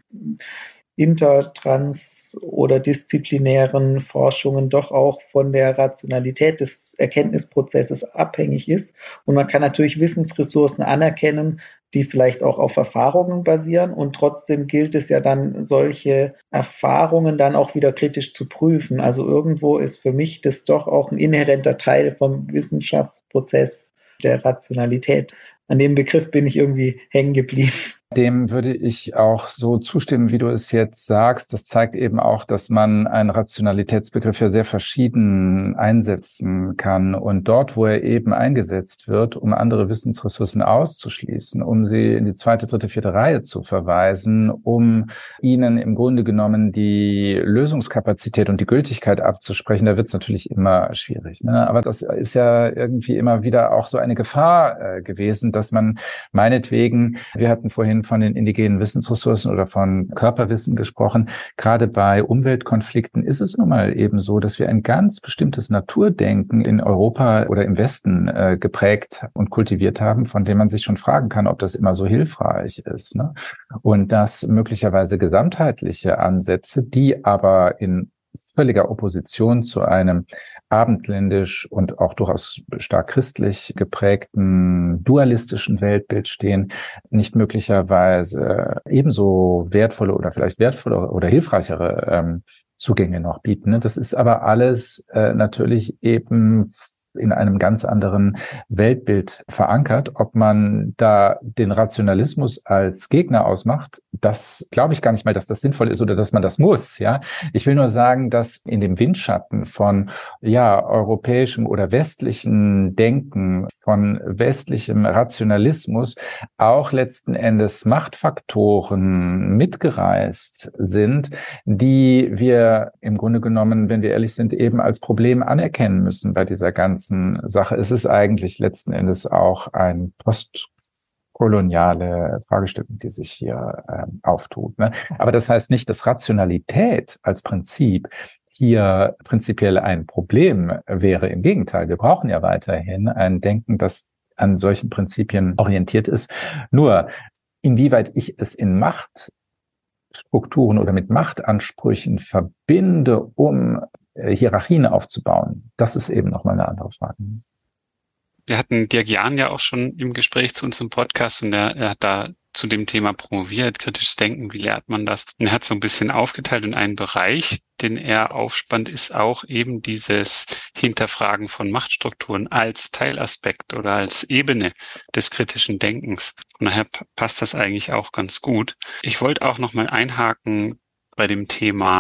inter-, trans- oder disziplinären Forschungen doch auch von der Rationalität des Erkenntnisprozesses abhängig ist. Und man kann natürlich Wissensressourcen anerkennen, die vielleicht auch auf Erfahrungen basieren. Und trotzdem gilt es ja dann, solche Erfahrungen dann auch wieder kritisch zu prüfen. Also irgendwo ist für mich das doch auch ein inhärenter Teil vom Wissenschaftsprozess der Rationalität. An dem Begriff bin ich irgendwie hängen geblieben. Dem würde ich auch so zustimmen, wie du es jetzt sagst. Das zeigt eben auch, dass man einen Rationalitätsbegriff ja sehr verschieden einsetzen kann. Und dort, wo er eben eingesetzt wird, um andere Wissensressourcen auszuschließen, um sie in die zweite, dritte, vierte Reihe zu verweisen, um ihnen im Grunde genommen die Lösungskapazität und die Gültigkeit abzusprechen, da wird es natürlich immer schwierig, ne? Aber das ist ja irgendwie immer wieder auch so eine Gefahr äh, gewesen, dass man meinetwegen, wir hatten vorhin von den indigenen Wissensressourcen oder von Körperwissen gesprochen. Gerade bei Umweltkonflikten ist es nun mal eben so, dass wir ein ganz bestimmtes Naturdenken in Europa oder im Westen äh, geprägt und kultiviert haben, von dem man sich schon fragen kann, ob das immer so hilfreich ist, ne? Und dass möglicherweise gesamtheitliche Ansätze, die aber in völliger Opposition zu einem abendländisch und auch durchaus stark christlich geprägten dualistischen Weltbild stehen, nicht möglicherweise ebenso wertvolle oder vielleicht wertvolle oder hilfreichere ähm, Zugänge noch bieten. Ne? Das ist aber alles äh, natürlich eben in einem ganz anderen Weltbild verankert. Ob man da den Rationalismus als Gegner ausmacht, das glaube ich gar nicht mal, dass das sinnvoll ist oder dass man das muss. Ja, ich will nur sagen, dass in dem Windschatten von ja europäischem oder westlichen Denken, von westlichem Rationalismus auch letzten Endes Machtfaktoren mitgereist sind, die wir im Grunde genommen, wenn wir ehrlich sind, eben als Problem anerkennen müssen bei dieser ganzen Sache. Es ist eigentlich letzten Endes auch ein postkoloniale Fragestellung, die sich hier ähm, auftut. Ne? Aber das heißt nicht, dass Rationalität als Prinzip hier prinzipiell ein Problem wäre. Im Gegenteil, wir brauchen ja weiterhin ein Denken, das an solchen Prinzipien orientiert ist. Nur, inwieweit ich es in Machtstrukturen oder mit Machtansprüchen verbinde, um Hierarchien aufzubauen, das ist eben nochmal eine andere Frage. Wir hatten Dirk Jahn ja auch schon im Gespräch zu unserem Podcast und er, er hat da zu dem Thema promoviert, kritisches Denken, wie lernt man das? Und er hat so ein bisschen aufgeteilt in einen Bereich, den er aufspannt, ist auch eben dieses Hinterfragen von Machtstrukturen als Teilaspekt oder als Ebene des kritischen Denkens. Und daher passt das eigentlich auch ganz gut. Ich wollte auch nochmal einhaken bei dem Thema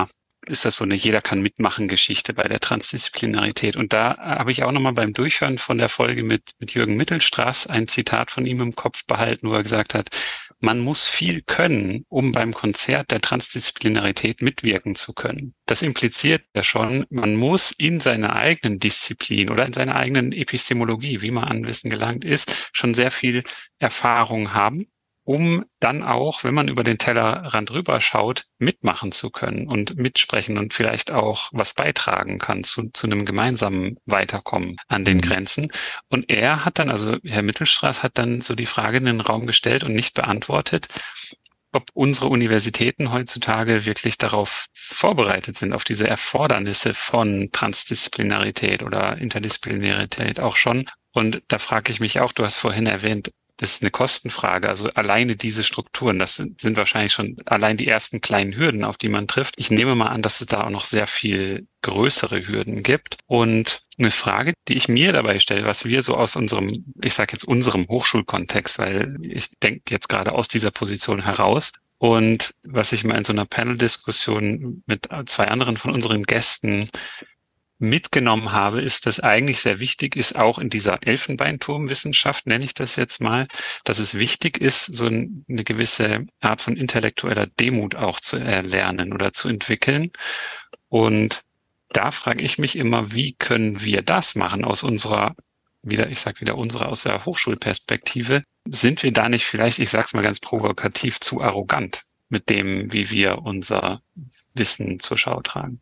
ist das so eine jeder kann mitmachen Geschichte bei der Transdisziplinarität. Und da habe ich auch nochmal beim Durchhören von der Folge mit, mit Jürgen Mittelstraß ein Zitat von ihm im Kopf behalten, wo er gesagt hat, man muss viel können, um beim Konzert der Transdisziplinarität mitwirken zu können. Das impliziert ja schon, man muss in seiner eigenen Disziplin oder in seiner eigenen Epistemologie, wie man an Wissen gelangt ist, schon sehr viel Erfahrung haben, um dann auch, wenn man über den Tellerrand rüber schaut, mitmachen zu können und mitsprechen und vielleicht auch was beitragen kann zu, zu einem gemeinsamen Weiterkommen an den mhm. Grenzen. Und er hat dann, also Herr Mittelstraß hat dann so die Frage in den Raum gestellt und nicht beantwortet, ob unsere Universitäten heutzutage wirklich darauf vorbereitet sind, auf diese Erfordernisse von Transdisziplinarität oder Interdisziplinarität auch schon. Und da frage ich mich auch, du hast vorhin erwähnt, das ist eine Kostenfrage. Also alleine diese Strukturen, das sind, sind wahrscheinlich schon allein die ersten kleinen Hürden, auf die man trifft. Ich nehme mal an, dass es da auch noch sehr viel größere Hürden gibt. Und eine Frage, die ich mir dabei stelle, was wir so aus unserem, ich sage jetzt unserem Hochschulkontext, weil ich denke jetzt gerade aus dieser Position heraus, und was ich mal in so einer Panel-Diskussion mit zwei anderen von unseren Gästen mitgenommen habe, ist, dass eigentlich sehr wichtig ist, auch in dieser Elfenbeinturmwissenschaft, nenne ich das jetzt mal, dass es wichtig ist, so eine gewisse Art von intellektueller Demut auch zu erlernen oder zu entwickeln. Und da frage ich mich immer, wie können wir das machen aus unserer, wieder, ich sag wieder unsere, aus der Hochschulperspektive? Sind wir da nicht vielleicht, ich sag's mal ganz provokativ, zu arrogant mit dem, wie wir unser Wissen zur Schau tragen?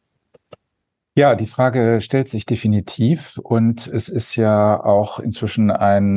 Ja, die Frage stellt sich definitiv, und es ist ja auch inzwischen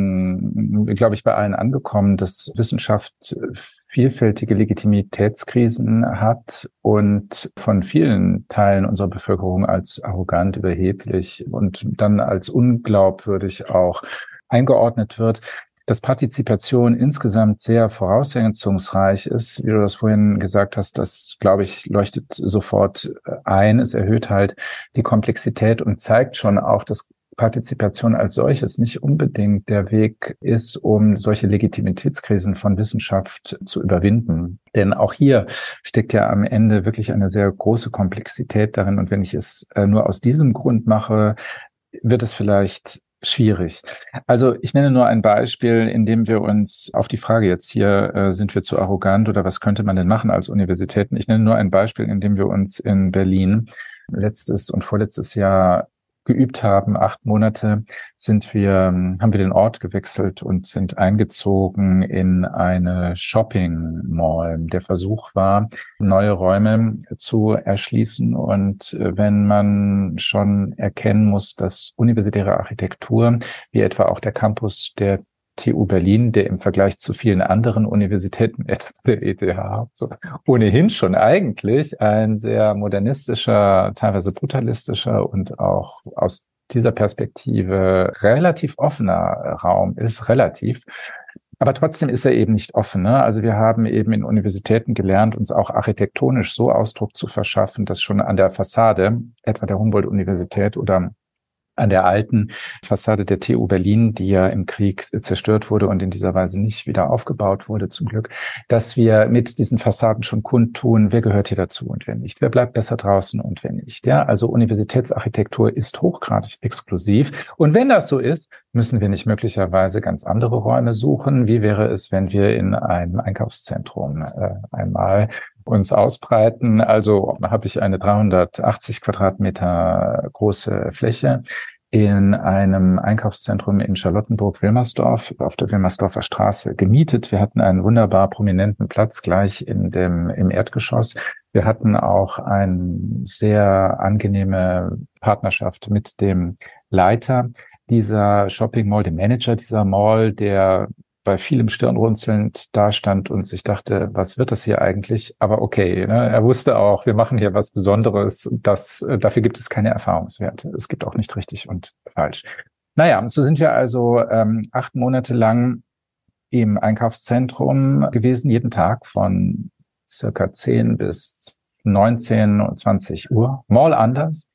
ein, glaube ich, bei allen angekommen, dass Wissenschaft vielfältige Legitimitätskrisen hat und von vielen Teilen unserer Bevölkerung als arrogant, überheblich und dann als unglaubwürdig auch eingeordnet wird. Dass Partizipation insgesamt sehr voraussetzungsreich ist, wie du das vorhin gesagt hast, das, glaube ich, leuchtet sofort ein. Es erhöht halt die Komplexität und zeigt schon auch, dass Partizipation als solches nicht unbedingt der Weg ist, um solche Legitimitätskrisen von Wissenschaft zu überwinden. Denn auch hier steckt ja am Ende wirklich eine sehr große Komplexität darin. Und wenn ich es nur aus diesem Grund mache, wird es vielleicht schwierig. Also ich nenne nur ein Beispiel, in dem wir uns auf die Frage jetzt hier, äh, sind wir zu arrogant oder was könnte man denn machen als Universitäten? Ich nenne nur ein Beispiel, in dem wir uns in Berlin letztes und vorletztes Jahr geübt haben. Acht Monate sind wir, haben wir den Ort gewechselt und sind eingezogen in eine Shopping Mall. Der Versuch war, neue Räume zu erschließen. Und wenn man schon erkennen muss, dass universitäre Architektur, wie etwa auch der Campus der T U Berlin, der im Vergleich zu vielen anderen Universitäten, etwa der E T H, so ohnehin schon eigentlich ein sehr modernistischer, teilweise brutalistischer und auch aus dieser Perspektive relativ offener Raum ist, relativ. Aber trotzdem ist er eben nicht offen, ne? Also wir haben eben in Universitäten gelernt, uns auch architektonisch so Ausdruck zu verschaffen, dass schon an der Fassade, etwa der Humboldt-Universität oder an der alten Fassade der T U Berlin, die ja im Krieg zerstört wurde und in dieser Weise nicht wieder aufgebaut wurde, zum Glück, dass wir mit diesen Fassaden schon kundtun, wer gehört hier dazu und wer nicht, wer bleibt besser draußen und wer nicht. Ja, also Universitätsarchitektur ist hochgradig exklusiv. Und wenn das so ist, müssen wir nicht möglicherweise ganz andere Räume suchen. Wie wäre es, wenn wir in einem Einkaufszentrum äh, einmal uns ausbreiten? Also habe ich eine dreihundertachtzig Quadratmeter große Fläche in einem Einkaufszentrum in Charlottenburg-Wilmersdorf auf der Wilmersdorfer Straße gemietet. Wir hatten einen wunderbar prominenten Platz gleich in dem im Erdgeschoss. Wir hatten auch eine sehr angenehme Partnerschaft mit dem Leiter dieser Shopping Mall, dem Manager dieser Mall, der bei vielem Stirnrunzelnd dastand und sich dachte, was wird das hier eigentlich? Aber okay, ne? Er wusste auch, wir machen hier was Besonderes. Das, dafür gibt es keine Erfahrungswerte. Es gibt auch nicht richtig und falsch. Naja, so sind wir also ähm, acht Monate lang im Einkaufszentrum gewesen, jeden Tag von circa zehn bis neunzehn und zwanzig Uhr. Mall anders,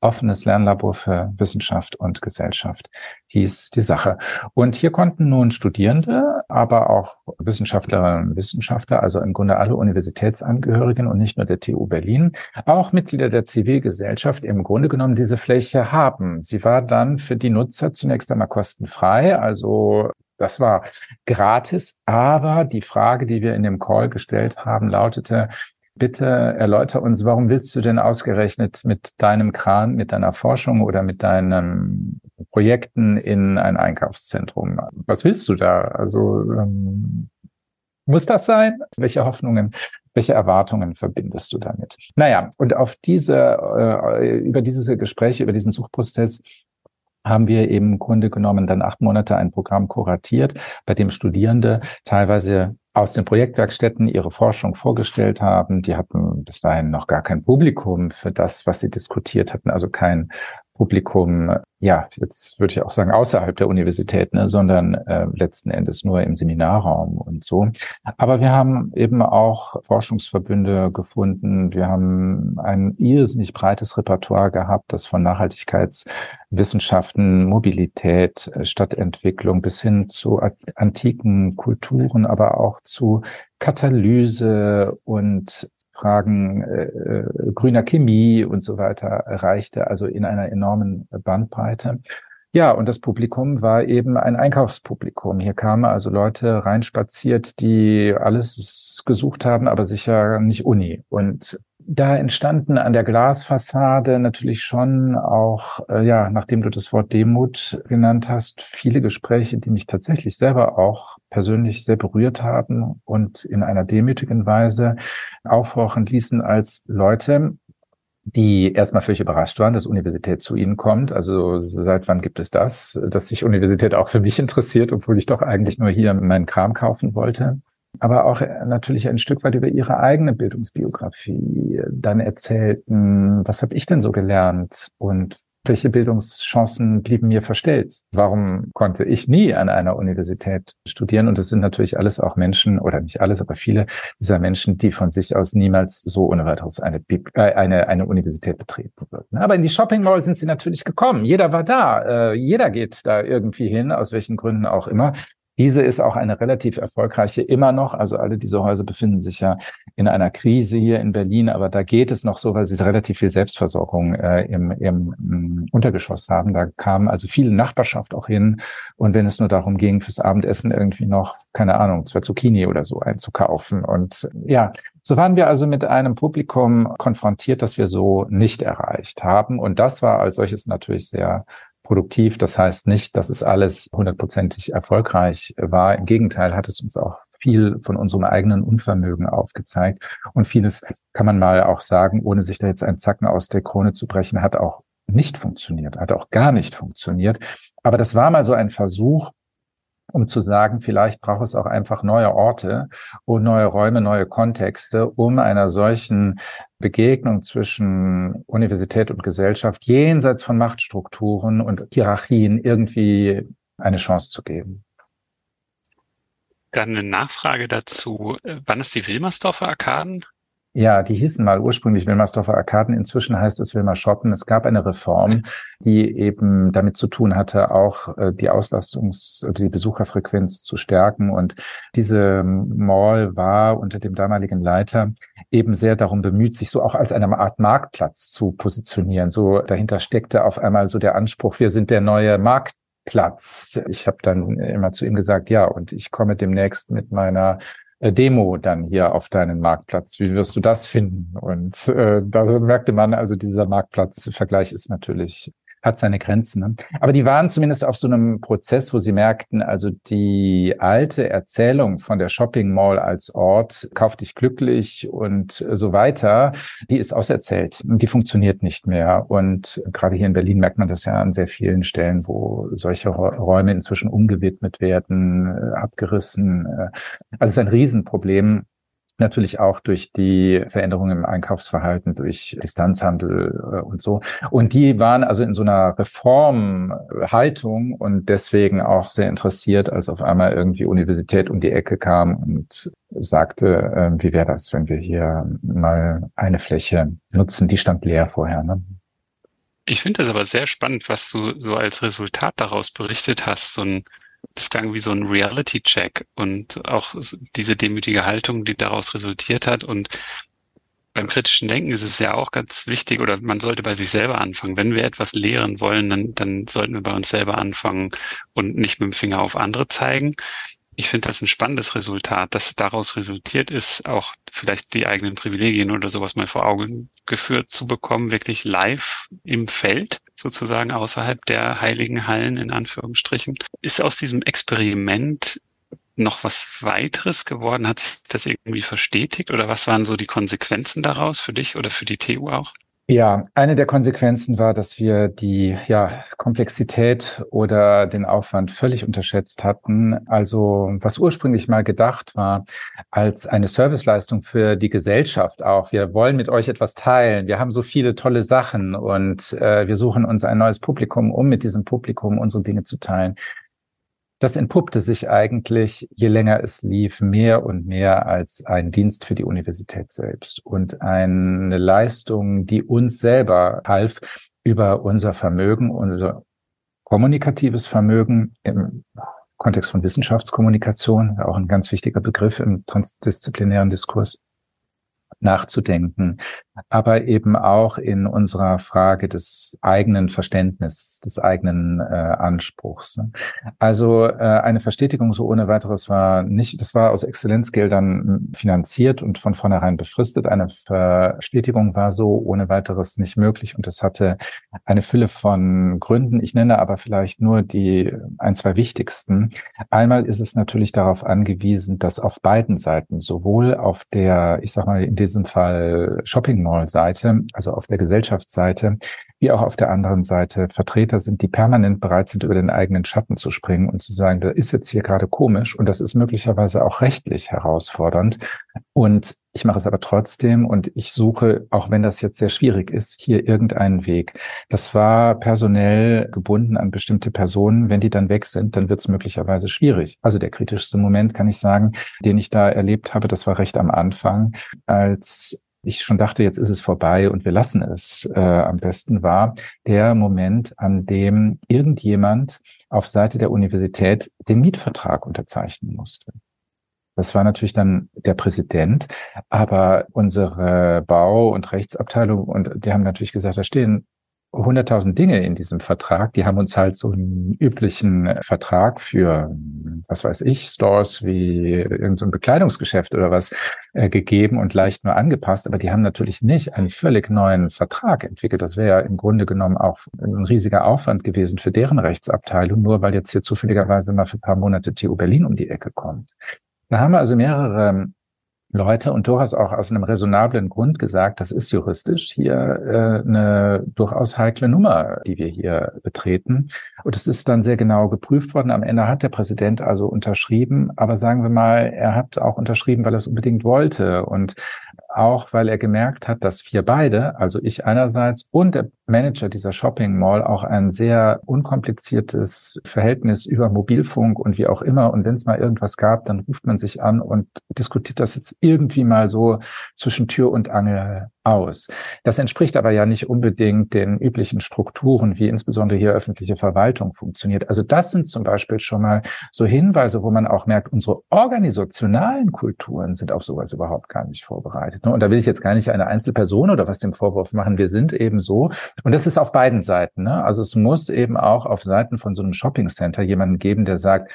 offenes Lernlabor für Wissenschaft und Gesellschaft hieß die Sache. Und hier konnten nun Studierende, aber auch Wissenschaftlerinnen und Wissenschaftler, also im Grunde alle Universitätsangehörigen und nicht nur der T U Berlin, auch Mitglieder der Zivilgesellschaft im Grunde genommen diese Fläche haben. Sie war dann für die Nutzer zunächst einmal kostenfrei, also das war gratis, aber die Frage, die wir in dem Call gestellt haben, lautete: Bitte erläuter uns, warum willst du denn ausgerechnet mit deinem Kran, mit deiner Forschung oder mit deinen Projekten in ein Einkaufszentrum? Was willst du da? Also ähm, muss das sein? Welche Hoffnungen, welche Erwartungen verbindest du damit? Naja, und auf diese, äh, über diese Gespräche, über diesen Suchprozess haben wir eben im Grunde genommen dann acht Monate ein Programm kuratiert, bei dem Studierende teilweise aus den Projektwerkstätten ihre Forschung vorgestellt haben. Die hatten bis dahin noch gar kein Publikum für das, was sie diskutiert hatten, also kein Publikum, ja, jetzt würde ich auch sagen, außerhalb der Universität, ne, sondern äh, letzten Endes nur im Seminarraum und so. Aber wir haben eben auch Forschungsverbünde gefunden. Wir haben ein irrsinnig breites Repertoire gehabt, das von Nachhaltigkeitswissenschaften, Mobilität, Stadtentwicklung bis hin zu antiken Kulturen, aber auch zu Katalyse und Fragen äh, grüner Chemie und so weiter erreichte, also in einer enormen Bandbreite. Ja, und das Publikum war eben ein Einkaufspublikum. Hier kamen also Leute reinspaziert, die alles gesucht haben, aber sicher nicht Uni. Und da entstanden an der Glasfassade natürlich schon auch, äh, ja, nachdem du das Wort Demut genannt hast, viele Gespräche, die mich tatsächlich selber auch persönlich sehr berührt haben und in einer demütigen Weise aufhorchen ließen als Leute, die erstmal völlig überrascht waren, dass Universität zu ihnen kommt. Also seit wann gibt es das, dass sich Universität auch für mich interessiert, obwohl ich doch eigentlich nur hier meinen Kram kaufen wollte. Aber auch natürlich ein Stück weit über ihre eigene Bildungsbiografie dann erzählten, was habe ich denn so gelernt und welche Bildungschancen blieben mir verstellt? Warum konnte ich nie an einer Universität studieren? Und es sind natürlich alles auch Menschen, oder nicht alles, aber viele dieser Menschen, die von sich aus niemals so ohne weiteres eine, äh, eine, eine Universität betreten würden. Aber in die Shopping Mall sind sie natürlich gekommen. Jeder war da. Äh, jeder geht da irgendwie hin, aus welchen Gründen auch immer. Diese ist auch eine relativ erfolgreiche immer noch. Also alle diese Häuser befinden sich ja in einer Krise hier in Berlin, aber da geht es noch so, weil sie relativ viel Selbstversorgung äh, im, im, im Untergeschoss haben. Da kam also viel Nachbarschaft auch hin. Und wenn es nur darum ging, fürs Abendessen irgendwie noch, keine Ahnung, zwei Zucchini oder so einzukaufen. Und ja, so waren wir also mit einem Publikum konfrontiert, das wir so nicht erreicht haben. Und das war als solches natürlich sehr produktiv. Das heißt nicht, dass es alles hundertprozentig erfolgreich war. Im Gegenteil hat es uns auch viel von unserem eigenen Unvermögen aufgezeigt. Und vieles kann man mal auch sagen, ohne sich da jetzt einen Zacken aus der Krone zu brechen, hat auch nicht funktioniert, hat auch gar nicht funktioniert. Aber das war mal so ein Versuch, um zu sagen, vielleicht braucht es auch einfach neue Orte und neue Räume, neue Kontexte, um einer solchen Begegnung zwischen Universität und Gesellschaft jenseits von Machtstrukturen und Hierarchien irgendwie eine Chance zu geben. Dann eine Nachfrage dazu. Wann ist die Wilmersdorfer Arkaden? Ja, die hießen mal ursprünglich Wilmersdorfer Arkaden. Inzwischen heißt es Wilmer Shoppen. Es gab eine Reform, die eben damit zu tun hatte, auch die Auslastungs- oder die Besucherfrequenz zu stärken. Und diese Mall war unter dem damaligen Leiter eben sehr darum bemüht, sich so auch als eine Art Marktplatz zu positionieren. So dahinter steckte auf einmal so der Anspruch, wir sind der neue Marktplatz. Ich habe dann immer zu ihm gesagt, ja, und ich komme demnächst mit meiner Demo dann hier auf deinen Marktplatz. Wie wirst du das finden? Und äh, da merkte man, also dieser Marktplatzvergleich ist natürlich, hat seine Grenzen. Ne? Aber die waren zumindest auf so einem Prozess, wo sie merkten, also die alte Erzählung von der Shopping Mall als Ort, kauf dich glücklich und so weiter, die ist auserzählt. Die funktioniert nicht mehr. Und gerade hier in Berlin merkt man das ja an sehr vielen Stellen, wo solche Räume inzwischen umgewidmet werden, abgerissen. Also es ist ein Riesenproblem. Natürlich auch durch die Veränderungen im Einkaufsverhalten, durch Distanzhandel äh, und so. Und die waren also in so einer Reformhaltung und deswegen auch sehr interessiert, als auf einmal irgendwie Universität um die Ecke kam und sagte, äh, wie wäre das, wenn wir hier mal eine Fläche nutzen, die stand leer vorher, ne? Ich finde das aber sehr spannend, was du so als Resultat daraus berichtet hast. So ein, das klang wie so ein Reality-Check und auch diese demütige Haltung, die daraus resultiert hat. Und beim kritischen Denken ist es ja auch ganz wichtig, oder man sollte bei sich selber anfangen. Wenn wir etwas lehren wollen, dann, dann sollten wir bei uns selber anfangen und nicht mit dem Finger auf andere zeigen. Ich finde das ein spannendes Resultat, dass daraus resultiert ist, auch vielleicht die eigenen Privilegien oder sowas mal vor Augen geführt zu bekommen, wirklich live im Feld, sozusagen außerhalb der heiligen Hallen, in Anführungsstrichen. Ist aus diesem Experiment noch was weiteres geworden? Hat sich das irgendwie verstetigt oder was waren so die Konsequenzen daraus für dich oder für die T U auch? Ja, eine der Konsequenzen war, dass wir die ja, Komplexität oder den Aufwand völlig unterschätzt hatten. Also was ursprünglich mal gedacht war als eine Serviceleistung für die Gesellschaft auch. Wir wollen mit euch etwas teilen. Wir haben so viele tolle Sachen und äh, wir suchen uns ein neues Publikum, um mit diesem Publikum unsere Dinge zu teilen. Das entpuppte sich eigentlich, je länger es lief, mehr und mehr als ein Dienst für die Universität selbst und eine Leistung, die uns selber half, über unser Vermögen, unser kommunikatives Vermögen im Kontext von Wissenschaftskommunikation, auch ein ganz wichtiger Begriff im transdisziplinären Diskurs, nachzudenken, aber eben auch in unserer Frage des eigenen Verständnisses, des eigenen äh, Anspruchs. Ne? Also äh, eine Verstetigung so ohne weiteres war nicht, das war aus Exzellenzgeldern finanziert und von vornherein befristet. Eine Verstetigung war so ohne weiteres nicht möglich und es hatte eine Fülle von Gründen. Ich nenne aber vielleicht nur die ein, zwei wichtigsten. Einmal ist es natürlich darauf angewiesen, dass auf beiden Seiten, sowohl auf der, ich sag mal in diesem Fall Shopping Mall-Seite, also auf der Gesellschaftsseite, wie auch auf der anderen Seite Vertreter sind, die permanent bereit sind, über den eigenen Schatten zu springen und zu sagen, das ist jetzt hier gerade komisch und das ist möglicherweise auch rechtlich herausfordernd. Und ich mache es aber trotzdem und ich suche, auch wenn das jetzt sehr schwierig ist, hier irgendeinen Weg. Das war personell gebunden an bestimmte Personen. Wenn die dann weg sind, dann wird es möglicherweise schwierig. Also der kritischste Moment, kann ich sagen, den ich da erlebt habe, das war recht am Anfang, als ich schon dachte, jetzt ist es vorbei und wir lassen es äh, am besten, war der Moment, an dem irgendjemand auf Seite der Universität den Mietvertrag unterzeichnen musste. Das war natürlich dann der Präsident, aber unsere Bau- und Rechtsabteilung, und die haben natürlich gesagt, da stehen hunderttausend Dinge in diesem Vertrag. Die haben uns halt so einen üblichen Vertrag für, was weiß ich, Stores wie irgend so ein Bekleidungsgeschäft oder was äh, gegeben und leicht nur angepasst. Aber die haben natürlich nicht einen völlig neuen Vertrag entwickelt. Das wäre ja im Grunde genommen auch ein riesiger Aufwand gewesen für deren Rechtsabteilung, nur weil jetzt hier zufälligerweise mal für ein paar Monate T U Berlin um die Ecke kommt. Da haben wir also mehrere Leute und durchaus auch aus einem raisonablen Grund gesagt, das ist juristisch hier äh, eine durchaus heikle Nummer, die wir hier betreten. Und es ist dann sehr genau geprüft worden. Am Ende hat der Präsident also unterschrieben, aber sagen wir mal, er hat auch unterschrieben, weil er es unbedingt wollte und auch, weil er gemerkt hat, dass wir beide, also ich einerseits und der Manager dieser Shopping Mall, auch ein sehr unkompliziertes Verhältnis über Mobilfunk und wie auch immer. Und wenn es mal irgendwas gab, dann ruft man sich an und diskutiert das jetzt irgendwie mal so zwischen Tür und Angel aus. Das entspricht aber ja nicht unbedingt den üblichen Strukturen, wie insbesondere hier öffentliche Verwaltung funktioniert. Also das sind zum Beispiel schon mal so Hinweise, wo man auch merkt, unsere organisationalen Kulturen sind auf sowas überhaupt gar nicht vorbereitet. Und da will ich jetzt gar nicht eine Einzelperson oder was dem Vorwurf machen. Wir sind eben so. Und das ist auf beiden Seiten. Ne? Also es muss eben auch auf Seiten von so einem Shoppingcenter jemanden geben, der sagt,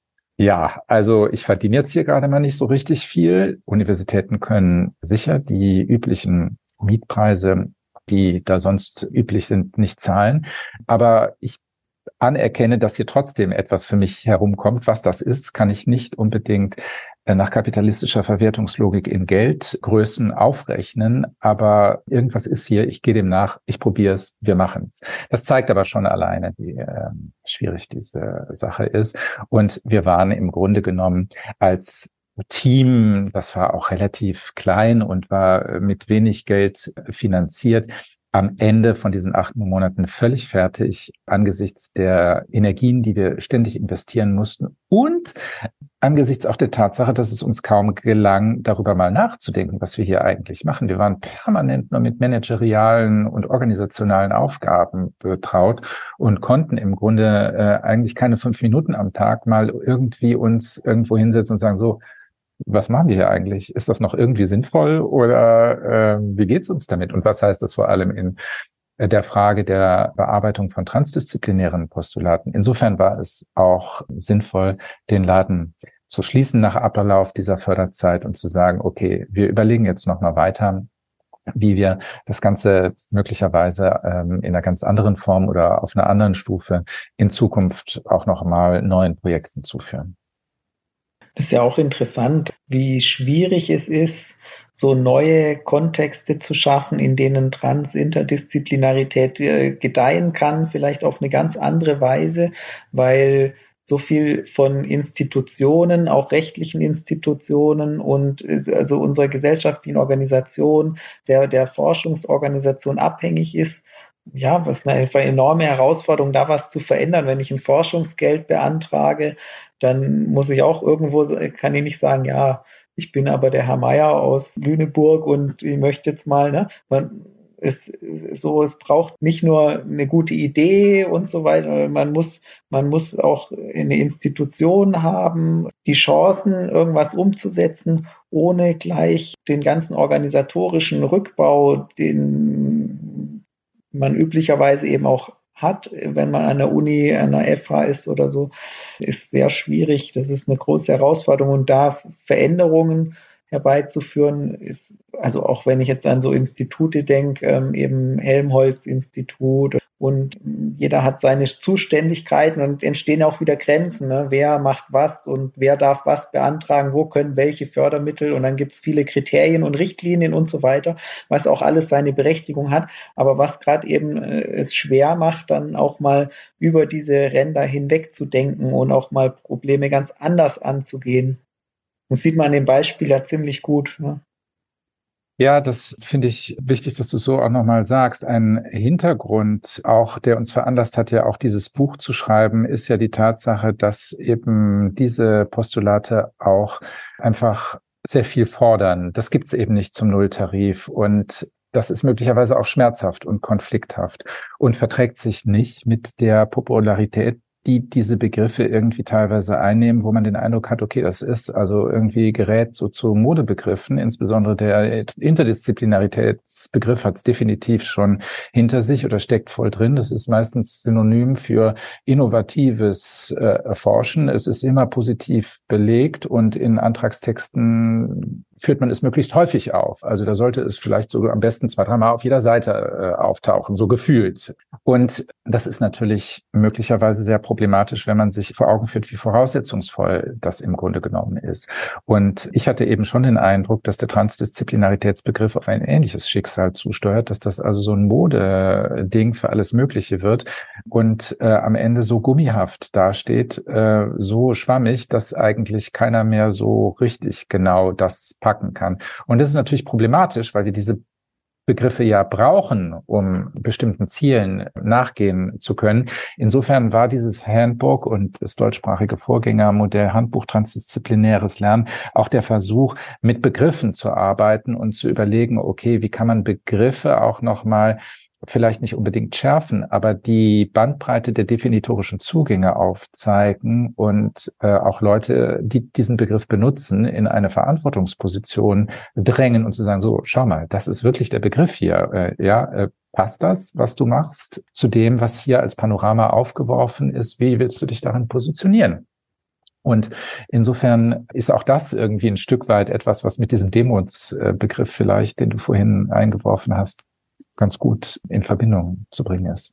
ja, also ich verdiene jetzt hier gerade mal nicht so richtig viel. Universitäten können sicher die üblichen Mietpreise, die da sonst üblich sind, nicht zahlen. Aber ich anerkenne, dass hier trotzdem etwas für mich herumkommt. Was das ist, kann ich nicht unbedingt nach kapitalistischer Verwertungslogik in Geldgrößen aufrechnen, aber irgendwas ist hier, ich gehe dem nach, ich probiere es, wir machen es. Das zeigt aber schon alleine, wie äh, schwierig diese Sache ist. Und wir waren im Grunde genommen als Team, das war auch relativ klein und war mit wenig Geld finanziert, am Ende von diesen acht Monaten völlig fertig angesichts der Energien, die wir ständig investieren mussten und angesichts auch der Tatsache, dass es uns kaum gelang, darüber mal nachzudenken, was wir hier eigentlich machen. Wir waren permanent nur mit managerialen und organisationalen Aufgaben betraut und konnten im Grunde äh, eigentlich keine fünf Minuten am Tag mal irgendwie uns irgendwo hinsetzen und sagen, so, was machen wir hier eigentlich? Ist das noch irgendwie sinnvoll oder äh, wie geht's uns damit? Und was heißt das vor allem in der Frage der Bearbeitung von transdisziplinären Postulaten? Insofern war es auch sinnvoll, den Laden zu schließen nach Ablauf dieser Förderzeit und zu sagen, okay, wir überlegen jetzt nochmal weiter, wie wir das Ganze möglicherweise ähm, in einer ganz anderen Form oder auf einer anderen Stufe in Zukunft auch nochmal neuen Projekten zuführen. Das ist ja auch interessant, wie schwierig es ist, so neue Kontexte zu schaffen, in denen Trans-Interdisziplinarität äh, gedeihen kann, vielleicht auf eine ganz andere Weise, weil so viel von Institutionen, auch rechtlichen Institutionen und also unserer gesellschaftlichen Organisation, der, der Forschungsorganisation abhängig ist. Ja, was eine enorme Herausforderung, da was zu verändern. Wenn ich ein Forschungsgeld beantrage, dann muss ich auch irgendwo, kann ich nicht sagen, ja, ich bin aber der Herr Meier aus Lüneburg und ich möchte jetzt mal, ne, man, es, so, es braucht nicht nur eine gute Idee und so weiter, man muss, man muss auch eine Institution haben, die Chancen, irgendwas umzusetzen, ohne gleich den ganzen organisatorischen Rückbau, den man üblicherweise eben auch hat, wenn man an der Uni, an der F H ist oder so, ist sehr schwierig. Das ist eine große Herausforderung und da Veränderungen herbeizuführen ist, also auch wenn ich jetzt an so Institute denke, ähm, eben Helmholtz-Institut und jeder hat seine Zuständigkeiten und entstehen auch wieder Grenzen, ne? Wer macht was und wer darf was beantragen, wo können welche Fördermittel und dann gibt es viele Kriterien und Richtlinien und so weiter, was auch alles seine Berechtigung hat, aber was gerade eben äh, es schwer macht, dann auch mal über diese Ränder hinweg zu denken und auch mal Probleme ganz anders anzugehen. Das sieht man an dem Beispiel ja ziemlich gut. Ne? Ja, das finde ich wichtig, dass du so auch nochmal sagst. Ein Hintergrund auch, der uns veranlasst hat, ja auch dieses Buch zu schreiben, ist ja die Tatsache, dass eben diese Postulate auch einfach sehr viel fordern. Das gibt's eben nicht zum Nulltarif und das ist möglicherweise auch schmerzhaft und konflikthaft und verträgt sich nicht mit der Popularität, die diese Begriffe irgendwie teilweise einnehmen, wo man den Eindruck hat, okay, das ist also irgendwie gerät so zu Modebegriffen, insbesondere der Interdisziplinaritätsbegriff hat es definitiv schon hinter sich oder steckt voll drin. Das ist meistens synonym für innovatives äh, Erforschen. Es ist immer positiv belegt und in Antragstexten führt man es möglichst häufig auf. Also da sollte es vielleicht sogar am besten zwei, dreimal auf jeder Seite äh, auftauchen, so gefühlt. Und das ist natürlich möglicherweise sehr problematisch, wenn man sich vor Augen führt, wie voraussetzungsvoll das im Grunde genommen ist. Und ich hatte eben schon den Eindruck, dass der Transdisziplinaritätsbegriff auf ein ähnliches Schicksal zusteuert, dass das also so ein Modeding für alles Mögliche wird und äh, am Ende so gummihaft dasteht, äh, so schwammig, dass eigentlich keiner mehr so richtig genau das packen kann. Und das ist natürlich problematisch, weil wir diese Begriffe ja brauchen, um bestimmten Zielen nachgehen zu können. Insofern war dieses Handbook und das deutschsprachige Vorgängermodell Handbuch Transdisziplinäres Lernen auch der Versuch, mit Begriffen zu arbeiten und zu überlegen, okay, wie kann man Begriffe auch nochmal vielleicht nicht unbedingt schärfen, aber die Bandbreite der definitorischen Zugänge aufzeigen und äh, auch Leute, die diesen Begriff benutzen, in eine Verantwortungsposition drängen und zu sagen, so, schau mal, das ist wirklich der Begriff hier. Äh, ja, äh, passt das, was du machst, zu dem, was hier als Panorama aufgeworfen ist? Wie willst du dich darin positionieren? Und insofern ist auch das irgendwie ein Stück weit etwas, was mit diesem Demos-Begriff vielleicht, den du vorhin eingeworfen hast, ganz gut in Verbindung zu bringen ist.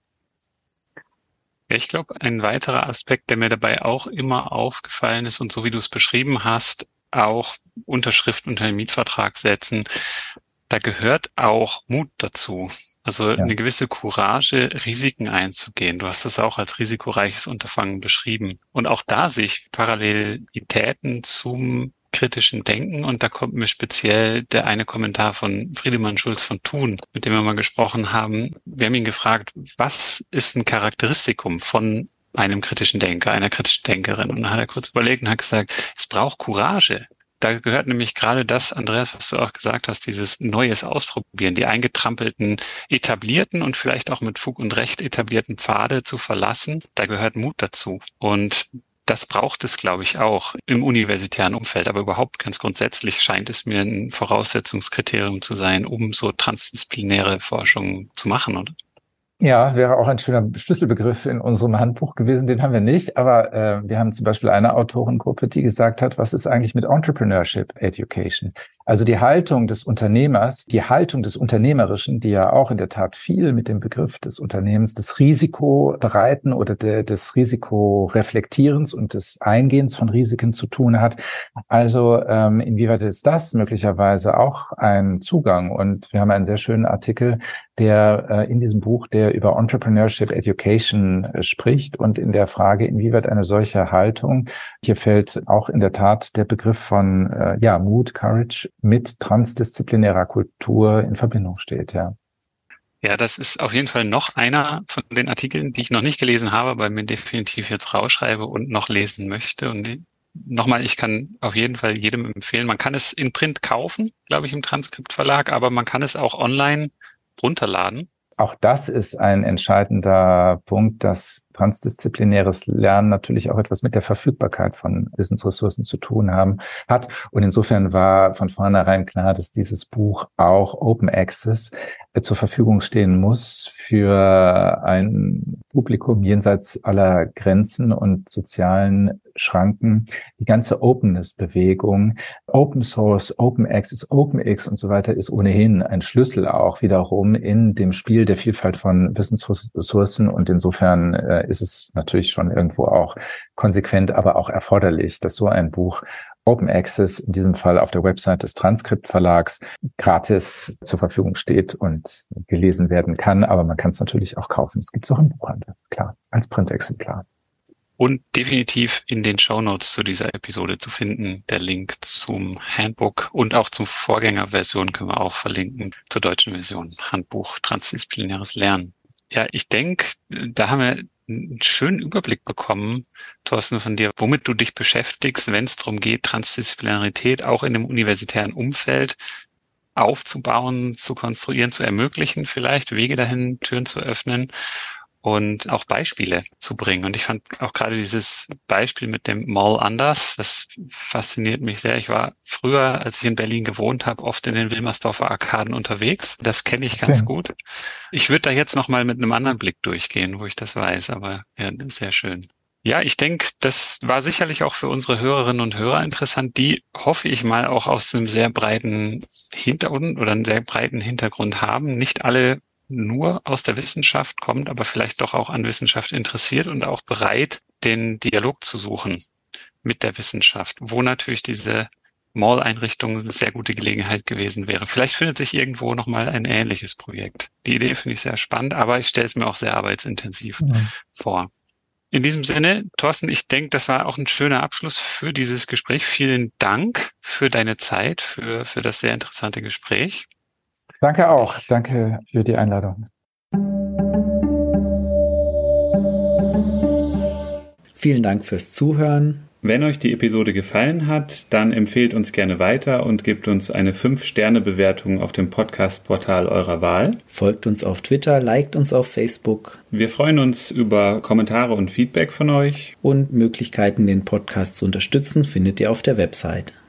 Ich glaube, ein weiterer Aspekt, der mir dabei auch immer aufgefallen ist und so wie du es beschrieben hast, auch Unterschrift unter den Mietvertrag setzen, da gehört auch Mut dazu. Also ja. Eine gewisse Courage, Risiken einzugehen. Du hast das auch als risikoreiches Unterfangen beschrieben. Und auch da sich Parallelitäten zum kritischen Denken und da kommt mir speziell der eine Kommentar von Friedemann Schulz von Thun, mit dem wir mal gesprochen haben. Wir haben ihn gefragt, was ist ein Charakteristikum von einem kritischen Denker, einer kritischen Denkerin? Und dann hat er kurz überlegt und hat gesagt, es braucht Courage. Da gehört nämlich gerade das, Andreas, was du auch gesagt hast, dieses Neues ausprobieren, die eingetrampelten, etablierten und vielleicht auch mit Fug und Recht etablierten Pfade zu verlassen. Da gehört Mut dazu. Und das braucht es, glaube ich, auch im universitären Umfeld. Aber überhaupt ganz grundsätzlich scheint es mir ein Voraussetzungskriterium zu sein, um so transdisziplinäre Forschung zu machen, oder? Ja, wäre auch ein schöner Schlüsselbegriff in unserem Handbuch gewesen. Den haben wir nicht, aber äh, wir haben zum Beispiel eine Autorengruppe, die gesagt hat, was ist eigentlich mit Entrepreneurship Education? Also die Haltung des Unternehmers, die Haltung des Unternehmerischen, die ja auch in der Tat viel mit dem Begriff des Unternehmens, des Risikobereiten oder de, des Risikoreflektierens und des Eingehens von Risiken zu tun hat. Also ähm, inwieweit ist das möglicherweise auch ein Zugang? Und wir haben einen sehr schönen Artikel, der äh, in diesem Buch, der über Entrepreneurship Education äh, spricht und in der Frage, inwieweit eine solche Haltung, hier fällt auch in der Tat der Begriff von äh, ja Mut, Courage, mit transdisziplinärer Kultur in Verbindung steht, ja. Ja, das ist auf jeden Fall noch einer von den Artikeln, die ich noch nicht gelesen habe, aber mir definitiv jetzt rausschreibe und noch lesen möchte. Und nochmal, ich kann auf jeden Fall jedem empfehlen, man kann es in Print kaufen, glaube ich, im Transkriptverlag, aber man kann es auch online runterladen. Auch das ist ein entscheidender Punkt, dass transdisziplinäres Lernen natürlich auch etwas mit der Verfügbarkeit von Wissensressourcen zu tun haben hat. Und insofern war von vornherein klar, dass dieses Buch auch Open Access zur Verfügung stehen muss für ein Publikum jenseits aller Grenzen und sozialen Schranken. Die ganze Openness-Bewegung, Open Source, Open Access, OpenX und so weiter ist ohnehin ein Schlüssel auch wiederum in dem Spiel der Vielfalt von Wissensressourcen. Und insofern äh, ist es natürlich schon irgendwo auch konsequent, aber auch erforderlich, dass so ein Buch Open Access, in diesem Fall auf der Website des Transkriptverlags, gratis zur Verfügung steht und gelesen werden kann. Aber man kann es natürlich auch kaufen. Es gibt es auch im Buchhandel, klar, als Printexemplar. Und definitiv in den Shownotes zu dieser Episode zu finden. Der Link zum Handbook und auch zur Vorgängerversion können wir auch verlinken, zur deutschen Version. Handbuch Transdisziplinäres Lernen. Ja, ich denke, da haben wir einen schönen Überblick bekommen, Thorsten, von dir, womit du dich beschäftigst, wenn es darum geht, Transdisziplinarität auch in dem universitären Umfeld aufzubauen, zu konstruieren, zu ermöglichen, vielleicht Wege dahin, Türen zu öffnen und auch Beispiele zu bringen. Und ich fand auch gerade dieses Beispiel mit dem Mall anders, das fasziniert mich sehr. Ich war früher, als ich in Berlin gewohnt habe, oft in den Wilmersdorfer Arkaden unterwegs. Das kenne ich ganz okay. gut. Ich würde da jetzt nochmal mit einem anderen Blick durchgehen, wo ich das weiß, aber ja, sehr schön. Ja, ich denke, das war sicherlich auch für unsere Hörerinnen und Hörer interessant, die, hoffe ich mal, auch aus einem sehr breiten Hintergrund oder einen sehr breiten Hintergrund haben. Nicht alle nur aus der Wissenschaft kommt, aber vielleicht doch auch an Wissenschaft interessiert und auch bereit, den Dialog zu suchen mit der Wissenschaft, wo natürlich diese Mall-Einrichtung eine sehr gute Gelegenheit gewesen wäre. Vielleicht findet sich irgendwo nochmal ein ähnliches Projekt. Die Idee finde ich sehr spannend, aber ich stelle es mir auch sehr arbeitsintensiv mhm. vor. In diesem Sinne, Thorsten, ich denke, das war auch ein schöner Abschluss für dieses Gespräch. Vielen Dank für deine Zeit, für, für das sehr interessante Gespräch. Danke auch. Danke für die Einladung. Vielen Dank fürs Zuhören. Wenn euch die Episode gefallen hat, dann empfehlt uns gerne weiter und gebt uns eine fünf Sterne Bewertung auf dem Podcast-Portal eurer Wahl. Folgt uns auf Twitter, liked uns auf Facebook. Wir freuen uns über Kommentare und Feedback von euch. Und Möglichkeiten, den Podcast zu unterstützen, findet ihr auf der Website.